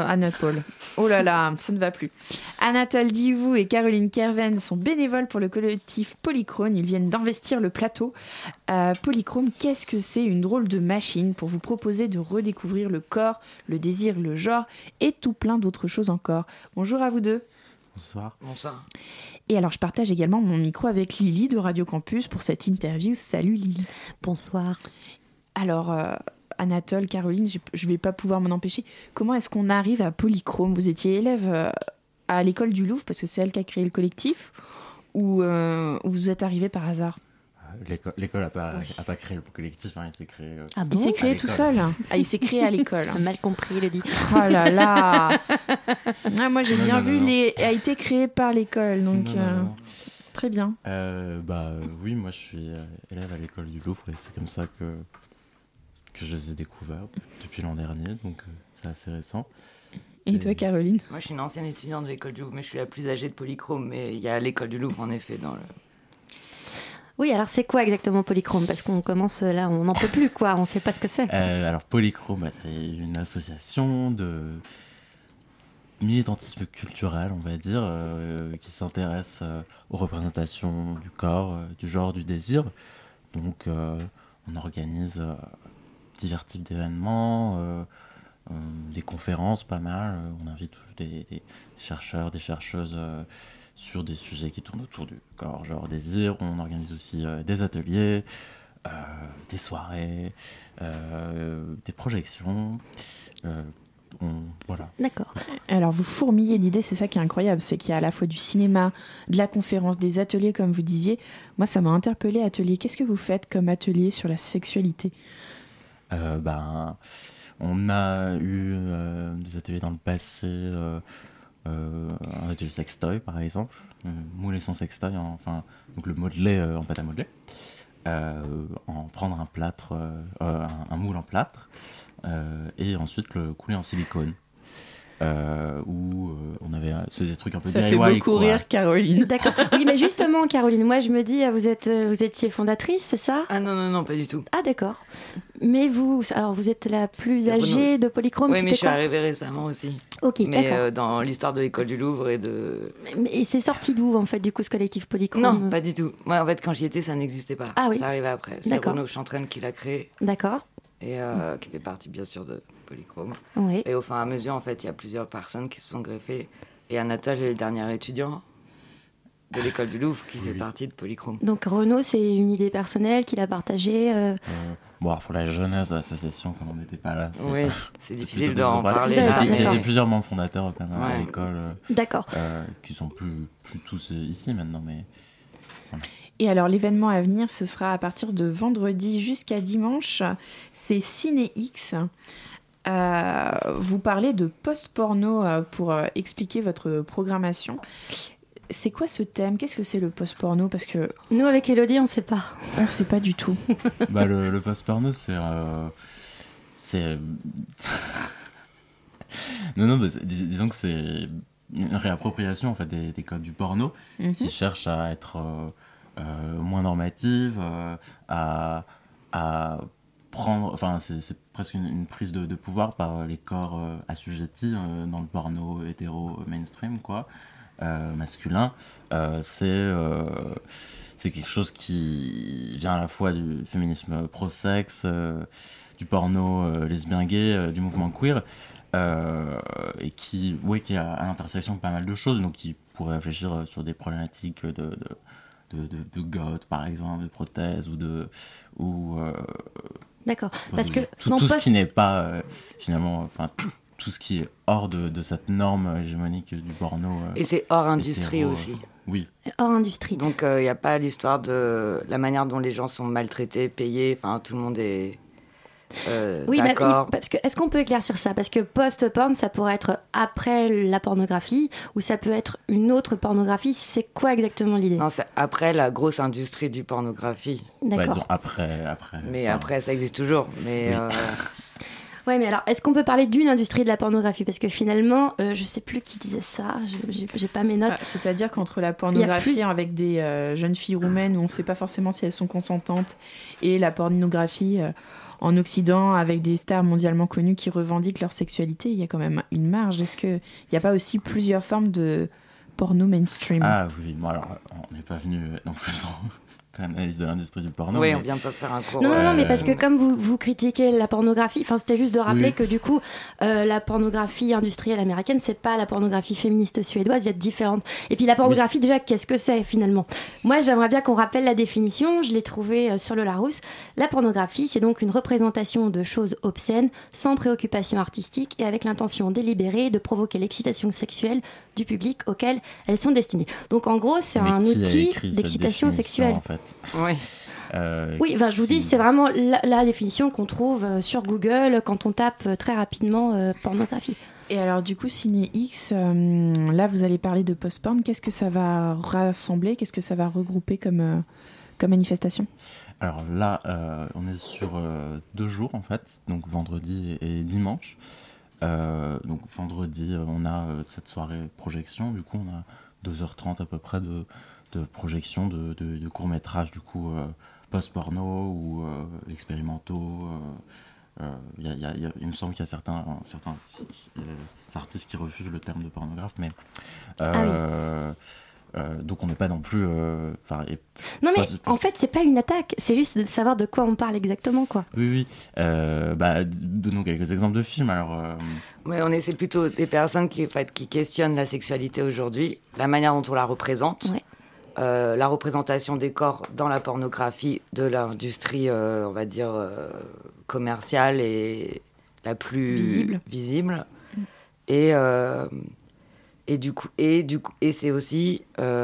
oh là là, ça ne va plus. Anatole Divou et Caroline Kerven sont bénévoles pour le collectif Polychrome. Ils viennent d'investir le plateau. Polychrome, qu'est-ce que c'est ? Une drôle de machine pour vous proposer de redécouvrir le corps, le désir, le genre et tout plein d'autres choses encore. Bonjour à vous deux. Bonsoir. Bonsoir. Et alors, je partage également mon micro avec Lily de Radio Campus pour cette interview. Salut Lily. Bonsoir. Alors... Anatole, Caroline, je ne vais pas pouvoir m'en empêcher. Comment est-ce qu'on arrive à Polychrome ? Vous étiez élève à l'école du Louvre, parce que c'est elle qui a créé le collectif, ou vous êtes arrivé par hasard ? L'école n'a pas créé le collectif, il s'est créé. Ah bon ? Il s'est créé tout seul. Il s'est créé à l'école. Mal compris, il le dit. Oh là là. Moi, j'ai bien vu, a été créé par l'école, donc très bien. Oui, moi je suis élève à l'école du Louvre et c'est comme ça que je les ai découverts depuis l'an dernier, donc c'est assez récent. Et toi, Caroline ? Moi, je suis une ancienne étudiante de l'école du Louvre, mais je suis la plus âgée de Polychrome, mais il y a l'école du Louvre, en effet, dans le... Oui, alors c'est quoi exactement Polychrome ? Parce qu'on commence là, on n'en peut plus, quoi, on ne sait pas ce que c'est. Alors Polychrome, c'est une association de militantisme culturel, on va dire, qui s'intéresse aux représentations du corps, du genre, du désir. Donc, on organise... divers types d'événements, des conférences pas mal, on invite des chercheurs, des chercheuses sur des sujets qui tournent autour du corps, genre désir, on organise aussi des ateliers, des soirées, des projections, voilà. D'accord. Alors vous fourmillez d'idées, c'est ça qui est incroyable, c'est qu'il y a à la fois du cinéma, de la conférence, des ateliers comme vous disiez. Moi ça m'a interpellée, atelier. Qu'est-ce que vous faites comme atelier sur la sexualité ? On a eu des ateliers dans le passé, un atelier sextoy par exemple, mouler son sextoy, donc le modeler en pâte à modeler, en prendre un plâtre, un moule en plâtre, et ensuite le couler en silicone. Où on avait c'est des trucs un peu DIY. Ça fait beaucoup rire Caroline. D'accord. Oui, mais justement Caroline, moi je me dis vous étiez fondatrice, c'est ça ? Ah non, pas du tout. Ah d'accord. Mais vous êtes la plus âgée de Polychrome. Oui, mais je suis arrivée récemment aussi. Ok, mais d'accord. Dans l'histoire de l'école du Louvre et de... Et c'est sorti d'où en fait du coup ce collectif Polychrome ? Non, pas du tout. Moi en fait quand j'y étais ça n'existait pas. Ah oui. Ça arrivait après. C'est D'accord. Renaud Chantraine qui l'a créé. D'accord. Et qui fait partie bien sûr de Polychrome. Oui. Et au fur et à mesure, en fait, il y a plusieurs personnes qui se sont greffées. Et Anatole est le dernier étudiant de l'école du Louvre qui fait partie de Polychrome. Donc Renaud, c'est une idée personnelle qu'il a partagée pour la jeunesse de l'association, comme on n'était pas là. C'est difficile d'en parler. Il y a plusieurs membres fondateurs quand même à l'école. D'accord. Qui sont plus tous ici maintenant, mais... Voilà. Et alors l'événement à venir, ce sera à partir de vendredi jusqu'à dimanche. C'est Ciné X. Vous parlez de post-porno pour expliquer votre programmation. C'est quoi ce thème ? Qu'est-ce que c'est le post-porno ? Parce que nous, avec Elodie, on ne sait pas. On ne sait pas du tout. Le post-porno, c'est... non, disons que c'est une réappropriation en fait, des codes du porno qui cherchent à être moins normatives, à prendre... Enfin, c'est presque une prise de pouvoir par les corps assujettis dans le porno hétéro mainstream, quoi. Masculin, c'est quelque chose qui vient à la fois du féminisme pro-sexe, du porno lesbien gay, du mouvement queer, et qui est à l'intersection de pas mal de choses, donc qui pourrait réfléchir sur des problématiques de goth, par exemple, de prothèses D'accord, parce que tout ce qui n'est pas finalement, tout ce qui est hors de cette norme hégémonique du porno. Et c'est hors industrie aussi. Oui. Hors industrie. Donc il n'y a pas l'histoire de la manière dont les gens sont maltraités, payés, enfin tout le monde est d'accord. Parce que est-ce qu'on peut éclaircir ça ? Parce que post-porn, ça pourrait être après la pornographie ou ça peut être une autre pornographie. C'est quoi exactement l'idée ? Non, c'est après la grosse industrie du pornographie. D'accord. Disons après. Mais après, ça existe toujours. Mais oui. Ouais, mais alors, est-ce qu'on peut parler d'une industrie de la pornographie ? Parce que finalement, je sais plus qui disait ça, j'ai pas mes notes. C'est-à-dire qu'entre la pornographie avec des jeunes filles roumaines où on ne sait pas forcément si elles sont consentantes et la pornographie en Occident avec des stars mondialement connues qui revendiquent leur sexualité, il y a quand même une marge. Est-ce qu'il n'y a pas aussi plusieurs formes de porno mainstream ? Ah oui, bon alors, on n'est pas venu non plus dans l'analyse de l'industrie du porno. Oui, on vient pas faire un cours. Non, mais parce que comme vous critiquez la pornographie, c'était juste de rappeler que du coup, la pornographie industrielle américaine, c'est pas la pornographie féministe suédoise, il y a différentes. Et puis la pornographie, déjà, qu'est-ce que c'est finalement ? Moi, j'aimerais bien qu'on rappelle la définition, je l'ai trouvée sur le Larousse. La pornographie, c'est donc une représentation de choses obscènes, sans préoccupation artistique et avec l'intention délibérée de provoquer l'excitation sexuelle du public auquel elles sont destinées. Donc en gros, c'est un outil d'excitation sexuelle. En fait. Oui. Oui, je vous dis, c'est vraiment la définition qu'on trouve sur Google quand on tape très rapidement pornographie. Et alors du coup, Ciné X, là vous allez parler de post-porn. Qu'est-ce que ça va rassembler ? Qu'est-ce que ça va regrouper comme manifestation ? Alors là, on est sur 2 jours en fait, donc vendredi et dimanche. Donc vendredi, on a cette soirée projection, du coup on a 2h30 à peu près de projection de courts-métrages du coup post-porno ou expérimentaux. Il me semble qu'il y a certains artistes qui refusent le terme de pornographe, mais donc on n'est pas non plus... non mais en fait c'est pas une attaque, c'est juste de savoir de quoi on parle exactement, quoi. Oui. Donnons quelques exemples de films alors. Mais c'est plutôt des personnes qui questionnent la sexualité aujourd'hui, la manière dont on la représente. Ouais. La représentation des corps dans la pornographie de l'industrie, on va dire, commerciale et la plus visible. Et c'est aussi...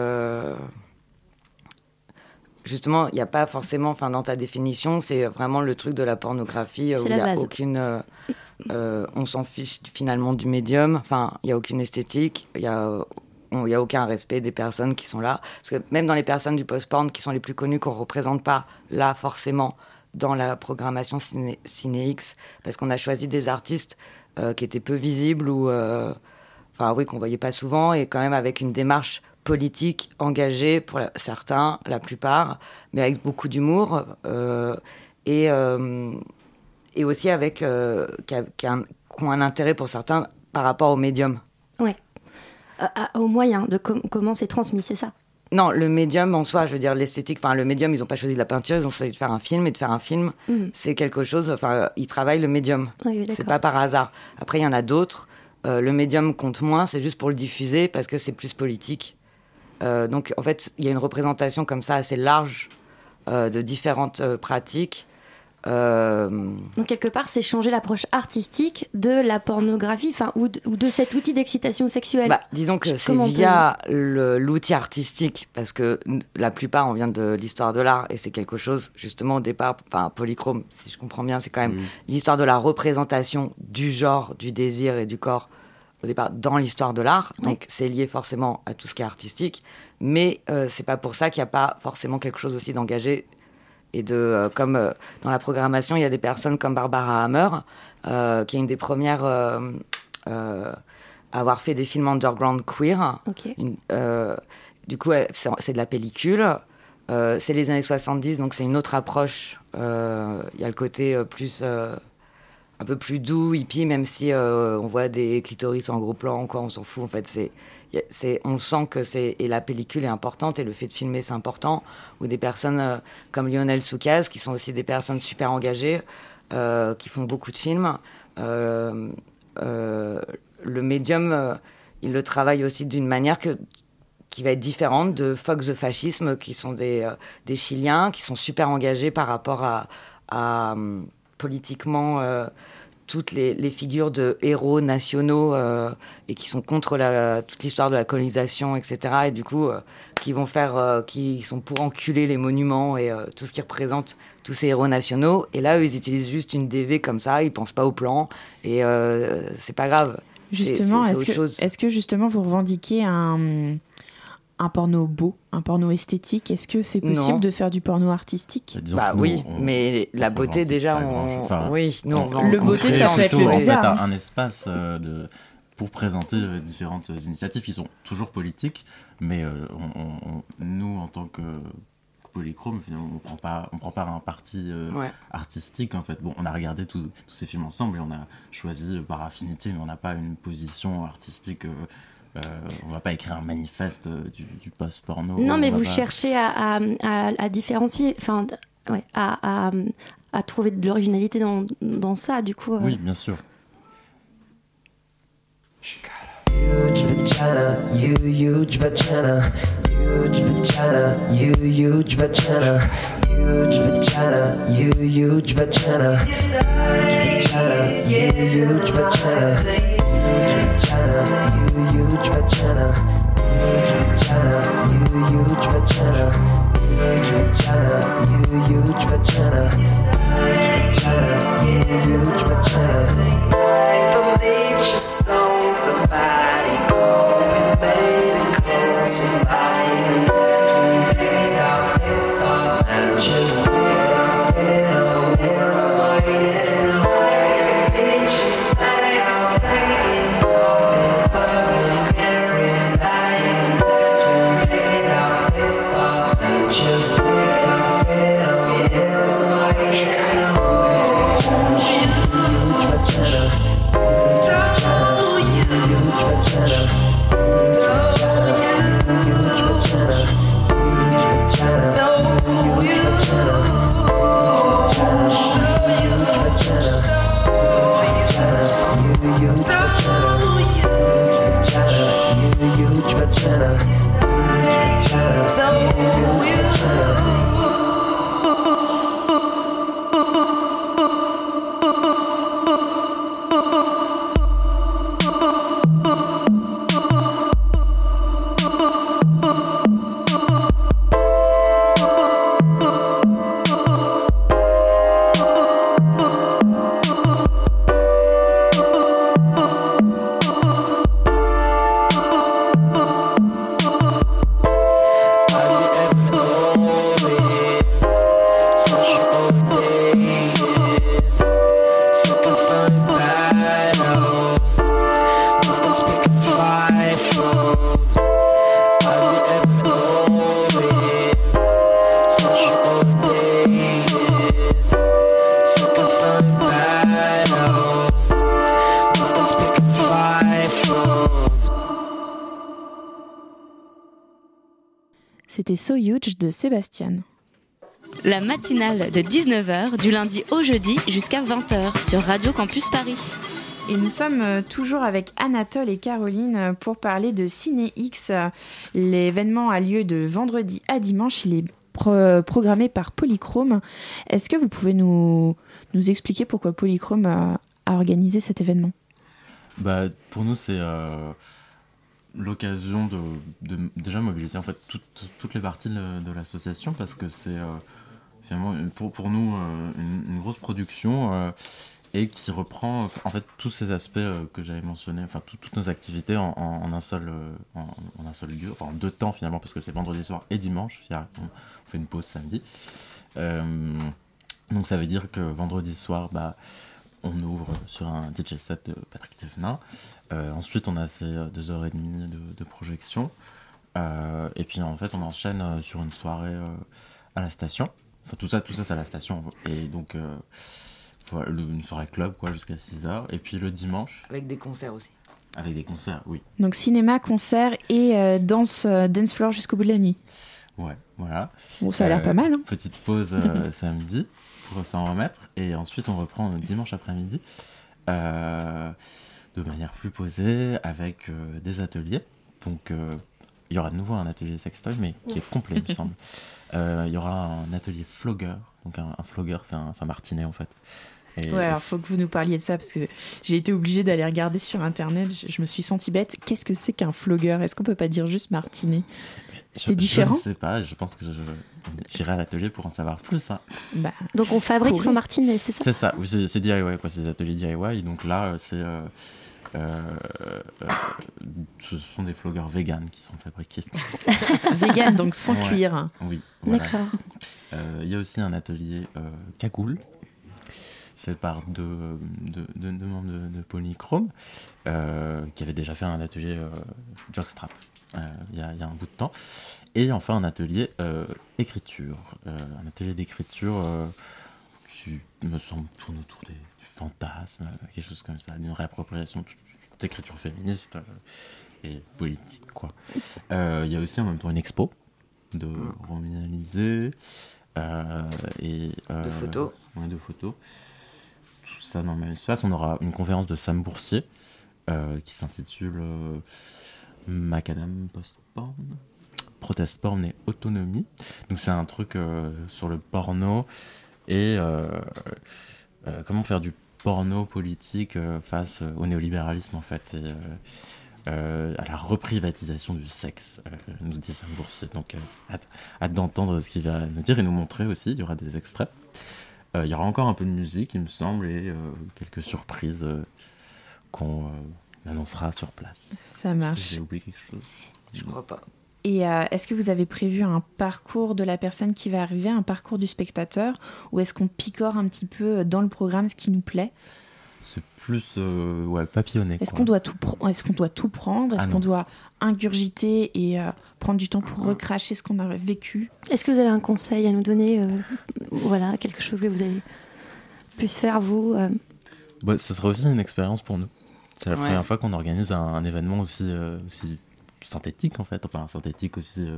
justement, il n'y a pas forcément... dans ta définition, c'est vraiment le truc de la pornographie où il n'y a aucune... on s'en fiche finalement du médium. Il n'y a aucune esthétique. Il n'y a aucun respect des personnes qui sont là. Parce que même dans les personnes du post-porn qui sont les plus connues, qu'on ne représente pas là forcément dans la programmation Ciné X, parce qu'on a choisi des artistes qui étaient peu visibles ou... qu'on ne voyait pas souvent, et quand même avec une démarche politique engagée pour certains, la plupart, mais avec beaucoup d'humour, et aussi avec qui ont un intérêt pour certains par rapport au médium. Ouais. Au moyen de comment c'est transmis, c'est ça ? Non, le médium en soi, je veux dire l'esthétique, le médium, ils n'ont pas choisi de la peinture, ils ont choisi de faire un film, et de faire un film, c'est quelque chose, ils travaillent le médium. Oui, c'est pas par hasard. Après, il y en a d'autres. Le médium compte moins, c'est juste pour le diffuser parce que c'est plus politique. Donc, en fait, il y a une représentation comme ça assez large de différentes pratiques Donc quelque part, c'est changer l'approche artistique de la pornographie, ou de cet outil d'excitation sexuelle. Disons que c'est via l'outil artistique, parce que la plupart, on vient de l'histoire de l'art, et c'est quelque chose, justement, au départ, Polychrome, si je comprends bien, c'est quand même l'histoire de la représentation du genre, du désir et du corps, au départ, dans l'histoire de l'art. Donc c'est lié forcément à tout ce qui est artistique, mais c'est pas pour ça qu'il n'y a pas forcément quelque chose aussi d'engagé. Et comme dans la programmation, il y a des personnes comme Barbara Hammer, qui est une des premières à avoir fait des films underground queer. Okay. Du coup, c'est de la pellicule. C'est les années 70, donc c'est une autre approche. Il y a le côté un peu plus doux, hippie, même si on voit des clitoris en gros plan, on s'en fout. En fait, on sent que et la pellicule est importante et le fait de filmer c'est important, ou des personnes comme Lionel Soukaz qui sont aussi des personnes super engagées qui font beaucoup de films. Le médium il le travaille aussi d'une manière qui va être différente de Fox the Fascisme, qui sont des Chiliens qui sont super engagés par rapport à politiquement toutes les figures de héros nationaux et qui sont contre toute l'histoire de la colonisation, etc. Et du coup, qui sont pour enculer les monuments et tout ce qui représente tous ces héros nationaux. Et là, eux, ils utilisent juste une DV comme ça, ils pensent pas au plan et c'est pas grave. Justement, c'est est-ce que justement vous revendiquez un porno beau, un porno esthétique? Est-ce que c'est possible de faire du porno artistique? Oui, mais la beauté déjà, le beauté, ça peut être le bizarre. Un espace pour présenter différentes initiatives qui sont toujours politiques, mais nous, en tant que Polychrome, on prend pas un parti artistique en fait. Bon, on a regardé tous ces films ensemble et on a choisi par affinité, mais on n'a pas une position artistique. On va pas écrire un manifeste du post-porno. Non, mais vous cherchez à différencier, à trouver de l'originalité dans ça, du coup. Oui, bien sûr. Huge vagina, huge vagina, huge vagina, huge vagina, huge vagina, huge vagina, huge vagina, huge vagina, huge vagina, huge vagina, huge vagina, huge vagina, huge vagina, huge vagina. Life of nature, soul, the body, we made it close and lightly. Made our thoughts and just made our C'était So Huge de Sébastien. La matinale de 19h du lundi au jeudi jusqu'à 20h sur Radio Campus Paris. Et nous sommes toujours avec Anatole et Caroline pour parler de Ciné X. L'événement a lieu de vendredi à dimanche. Il est programmé par Polychrome. Est-ce que vous pouvez nous expliquer pourquoi Polychrome a organisé cet événement ? Pour nous, c'est l'occasion de déjà mobiliser en fait toutes les parties de l'association, parce que c'est finalement pour nous une grosse production et qui reprend en fait tous ces aspects que j'avais mentionnés, enfin toutes nos activités en un seul lieu, enfin en 2 temps finalement, parce que c'est vendredi soir et dimanche. On fait une pause samedi. Donc ça veut dire que vendredi soir, on ouvre sur un DJ set de Patrick Thévenin. Ensuite, on a ces 2h30 de projection. Et puis, en fait, on enchaîne sur une soirée à la station. Enfin, tout ça, c'est à la station. Et donc, une soirée club, jusqu'à 6h. Et puis, le dimanche... Avec des concerts aussi. Avec des concerts, oui. Donc, cinéma, concert et dance floor jusqu'au bout de la nuit. Ouais, voilà. Bon, ça a l'air pas mal. Hein. Petite pause samedi pour s'en remettre, et ensuite on reprend dimanche après-midi de manière plus posée avec des ateliers. Donc il y aura de nouveau un atelier sextoy, mais qui est complet, il me semble. Il y aura un atelier flogger. Donc un flogger, c'est un martinet en fait. Alors faut que vous nous parliez de ça, parce que j'ai été obligée d'aller regarder sur internet. Je me suis sentie bête. Qu'est-ce que c'est qu'un flogger ? Est-ce qu'on peut pas dire juste martinet ? C'est différent ? Je ne sais pas, je pense que j'irai à l'atelier pour en savoir plus. Hein. Donc on fabrique son martinet, c'est ça ? C'est ça, oui, c'est DIY, c'est des ateliers DIY. Donc là, ce sont des floggers vegan qui sont fabriqués. Vegan, donc sans cuir. Oui, voilà. D'accord. Il y a aussi un atelier cagoule, fait par deux membres de Polychrome, qui avaient déjà fait un atelier jockstrap. Il y a un bout de temps. Et enfin un atelier écriture. Un atelier d'écriture qui me semble tourne autour du fantasme, quelque chose comme ça, d'une réappropriation toute écriture féministe et politique, quoi. Il y a aussi en même temps une expo de Romina Alizé et de photos. Ouais, de photos. Tout ça dans le même espace. On aura une conférence de Sam Boursier qui s'intitule Macadam Post-Porn, Protest Porn et Autonomie. Donc c'est un truc sur le porno et comment faire du porno politique face au néolibéralisme en fait, et à la reprivatisation du sexe, nous dit Sam Boursier. Donc hâte d'entendre ce qu'il va nous dire et nous montrer aussi. Il y aura des extraits. Il y aura encore un peu de musique, il me semble, et quelques surprises qu'on annoncera sur place. Ça marche. J'ai oublié quelque chose. Je crois pas. Et est-ce que vous avez prévu un parcours de la personne qui va arriver, un parcours du spectateur, ou est-ce qu'on picore un petit peu dans le programme ce qui nous plaît ? C'est plus papillonné. Est-ce qu'on doit tout prendre ? Est-ce qu'on doit ingurgiter et prendre du temps pour recracher ce qu'on a vécu ? Est-ce que vous avez un conseil à nous donner quelque chose que vous avez pu faire, vous Ce sera aussi une expérience pour nous. C'est la première fois qu'on organise un événement aussi synthétique, en fait. Enfin, synthétique aussi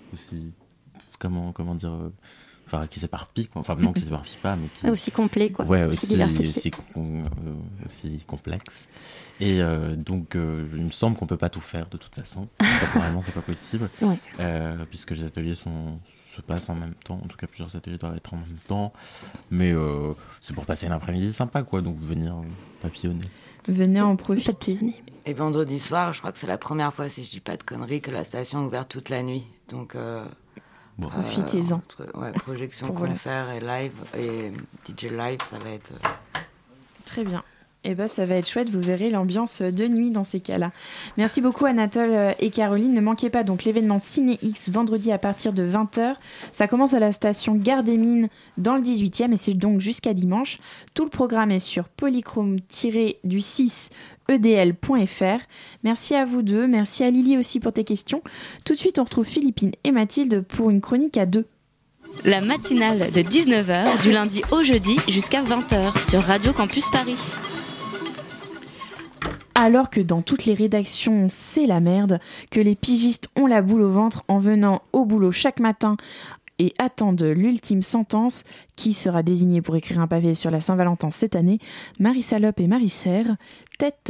comment dire... qui s'éparpille, quoi. Enfin, non, qui s'éparpille pas, mais qui... aussi complet, quoi. Ouais, aussi diversifié. Aussi complexe. Et donc, il me semble qu'on peut pas tout faire, de toute façon. Temporairement, c'est pas possible. Ouais. Puisque les ateliers se passent en même temps. En tout cas, plusieurs ateliers doivent être en même temps. Mais c'est pour passer l'après-midi sympa, quoi. Donc, venir papillonner. Venez en profiter. Et vendredi soir, je crois que c'est la première fois, si je dis pas de conneries, que la station est ouverte toute la nuit. Donc... profitez-en. Projection, concert et live et DJ live, ça va être... Très bien. Ça va être chouette, vous verrez l'ambiance de nuit dans ces cas-là. Merci beaucoup Anatole et Caroline. Ne manquez pas donc l'événement Ciné X vendredi à partir de 20h. Ça commence à la station Gare des Mines dans le 18e et c'est donc jusqu'à dimanche. Tout le programme est sur polychrome-du6 edl.fr. Merci à vous deux, merci à Lily aussi pour tes questions. Tout de suite on retrouve Philippine et Mathilde pour une chronique à 2. La matinale de 19h du lundi au jeudi jusqu'à 20h sur Radio Campus Paris. Alors que dans toutes les rédactions c'est la merde, que les pigistes ont la boule au ventre en venant au boulot chaque matin et attendent l'ultime sentence. Qui sera désigné pour écrire un pavé sur la Saint-Valentin cette année? Marie Salope et Marie Serre-Tête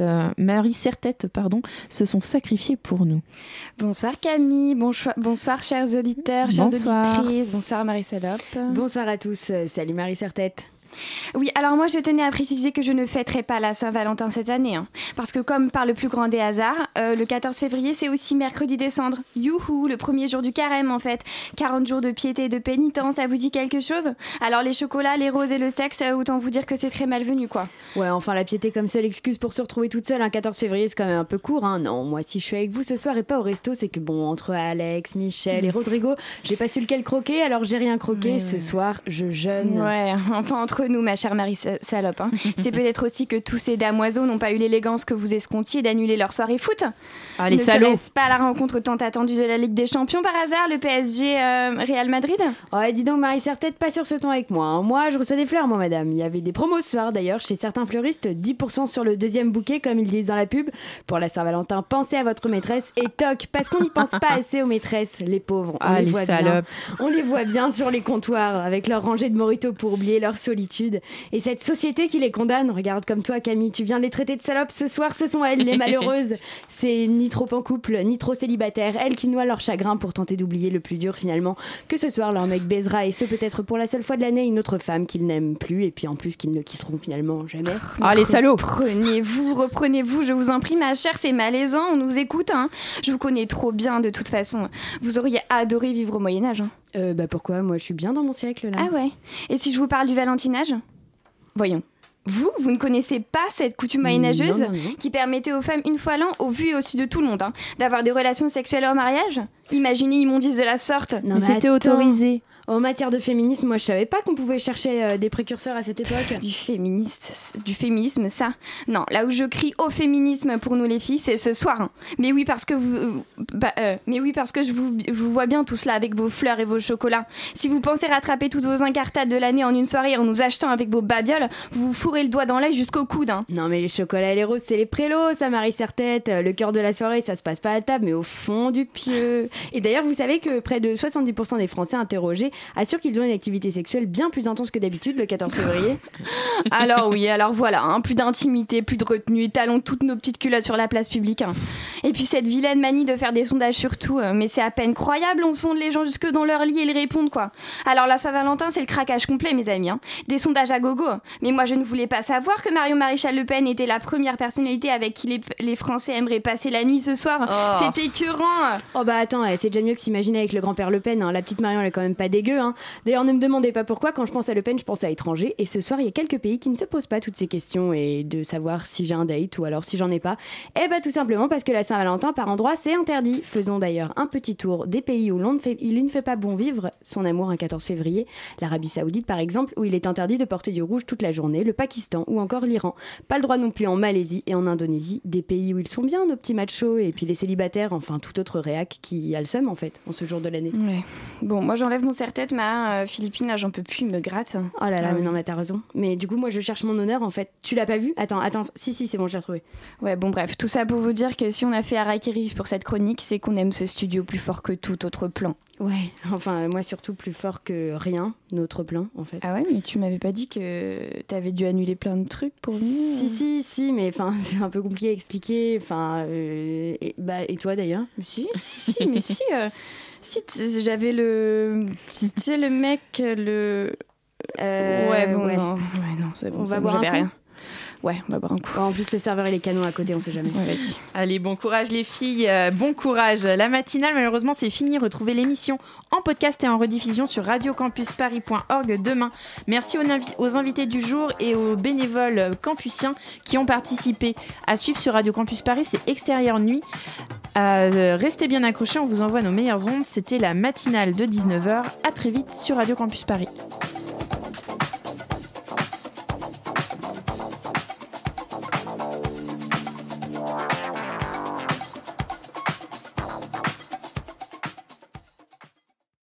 se sont sacrifiés pour nous. Bonsoir Camille, bonsoir chers auditeurs, chères auditrices, bonsoir Marie Salope. Bonsoir à tous, salut Marie Serre-Tête. Oui, alors moi je tenais à préciser que je ne fêterai pas la Saint-Valentin cette année, parce que comme par le plus grand des hasards, le 14 février c'est aussi mercredi des cendres. Youhou, le premier jour du carême en fait. 40 jours de piété et de pénitence, ça vous dit quelque chose? Alors les chocolats, les roses et le sexe, autant vous dire que c'est très malvenu quoi. Ouais, enfin la piété comme seule excuse pour se retrouver toute seule un 14 février c'est quand même un peu court, hein. Non, moi si je suis avec vous ce soir et pas au resto, c'est que bon, entre Alex, Michel et Rodrigo, j'ai pas su lequel croquer, alors j'ai rien croqué. Ce soir, je jeûne. Ouais, enfin entre nous ma chère Marie Salope, c'est peut-être aussi que tous ces damoiseaux n'ont pas eu l'élégance que vous escomptiez d'annuler leur soirée foot. Ah les salauds. Ne serait-ce pas la rencontre tant attendue de la Ligue des Champions par hasard, le PSG Real Madrid? Ouais, dis donc Marie Serre-Tête, pas sur ce ton avec moi, hein. Moi je reçois des fleurs moi madame. Il y avait des promos ce soir d'ailleurs chez certains fleuristes, 10% sur le deuxième bouquet comme ils disent dans la pub. Pour la Saint-Valentin, pensez à votre maîtresse et toc, parce qu'on n'y pense pas assez aux maîtresses, les pauvres. On les voit bien sur les comptoirs avec leur rangée de mojitos pour oublier leur solitude. Et cette société qui les condamne, regarde comme toi Camille, tu viens de les traiter de salopes, ce soir ce sont elles les malheureuses. C'est ni trop en couple, ni trop célibataires, elles qui noient leur chagrin pour tenter d'oublier le plus dur finalement, que ce soir leur mec baisera et ce peut-être pour la seule fois de l'année une autre femme qu'ils n'aiment plus et puis en plus qu'ils ne quitteront finalement jamais. Ah les salauds. Reprenez-vous, je vous en prie ma chère, c'est malaisant, on nous écoute, hein. Je vous connais trop bien de toute façon, vous auriez adoré vivre au Moyen-Âge. Bah pourquoi? Moi je suis bien dans mon siècle là. Ah ouais? Et si je vous parle du valentinage? Voyons. Vous ne connaissez pas cette coutume moyenâgeuse qui permettait aux femmes une fois l'an, au vu et au su de tout le monde, d'avoir des relations sexuelles au mariage? Imaginez immondice de la sorte. Non, mais c'était autorisé. En matière de féminisme, moi je savais pas qu'on pouvait chercher des précurseurs à cette époque. Du féminisme, ça. Non, là où je crie au féminisme pour nous les filles, c'est ce soir. Hein. Mais oui, parce que je vous vois bien tous là avec vos fleurs et vos chocolats. Si vous pensez rattraper toutes vos incartades de l'année en une soirée en nous achetant avec vos babioles, vous vous fourrez le doigt dans l'œil jusqu'au coude. Hein. Non mais les chocolats et les roses, c'est les prélos, ça Marie Serre-Tête. Le cœur de la soirée, ça se passe pas à table, mais au fond du pieu. Et d'ailleurs, vous savez que près de 70% des Français interrogés assurent qu'ils ont une activité sexuelle bien plus intense que d'habitude le 14 février. Alors voilà, hein, plus d'intimité, plus de retenue, étalons toutes nos petites culottes sur la place publique. Hein. Et puis cette vilaine manie de faire des sondages sur tout, mais c'est à peine croyable, on sonde les gens jusque dans leur lit et ils répondent quoi. Alors la Saint-Valentin, c'est le craquage complet mes amis, hein. Des sondages à gogo. Mais moi je ne voulais pas savoir que Marion Maréchal Le Pen était la première personnalité avec qui les Français aimeraient passer la nuit ce soir. Oh. C'est écœurant. Oh bah attends, c'est déjà mieux que s'imaginer avec le grand-père Le Pen, hein. La petite Marion elle est quand même pas dégueu, hein. D'ailleurs, ne me demandez pas pourquoi, quand je pense à Le Pen, je pense à étranger. Et ce soir, il y a quelques pays qui ne se posent pas toutes ces questions et de savoir si j'ai un date ou alors si j'en ai pas. Et bah tout simplement parce que la Saint-Valentin, par endroit, c'est interdit. Faisons d'ailleurs un petit tour des pays où il ne fait pas bon vivre son amour un 14 février. L'Arabie Saoudite, par exemple, où il est interdit de porter du rouge toute la journée. Le Pakistan ou encore l'Iran. Pas le droit non plus en Malaisie et en Indonésie. Des pays où ils sont bien, nos petits machos. Et puis les célibataires, enfin tout autre réac qui a le seum en fait, en ce jour de l'année. Ouais. Bon, moi j'enlève mon serre-tête, Philippine, là j'en peux plus, il me gratte. Oh là là, mais non, mais t'as raison. Mais du coup, moi je cherche mon honneur en fait. Tu l'as pas vu? Attends, si, c'est bon, j'ai retrouvé. Ouais, bon, bref, tout ça pour vous dire que si on a fait Harakiri pour cette chronique, c'est qu'on aime ce studio plus fort que tout autre plan. Ouais, enfin, moi surtout plus fort que rien, notre plan en fait. Ah ouais, mais tu m'avais pas dit que t'avais dû annuler plein de trucs pour nous? Si, mais enfin, c'est un peu compliqué à expliquer. Enfin, et toi d'ailleurs? Si, mais si. Si, j'avais le. Tu sais, le mec, le. Ouais, bon, ouais. Non, c'est bon, on va boire un coup. Rien. Ouais, on va boire un coup. En plus, le serveur, il est canon à côté, on sait jamais. Ouais, vas-y. Allez, bon courage les filles, bon courage. La matinale, malheureusement, c'est fini. Retrouvez l'émission en podcast et en rediffusion sur radiocampusparis.org demain. Merci aux invités du jour et aux bénévoles campusiens qui ont participé. À suivre sur Radio Campus Paris, c'est Extérieure Nuit. Restez bien accrochés, on vous envoie nos meilleures ondes. C'était la matinale de 19h. À très vite sur Radio Campus Paris.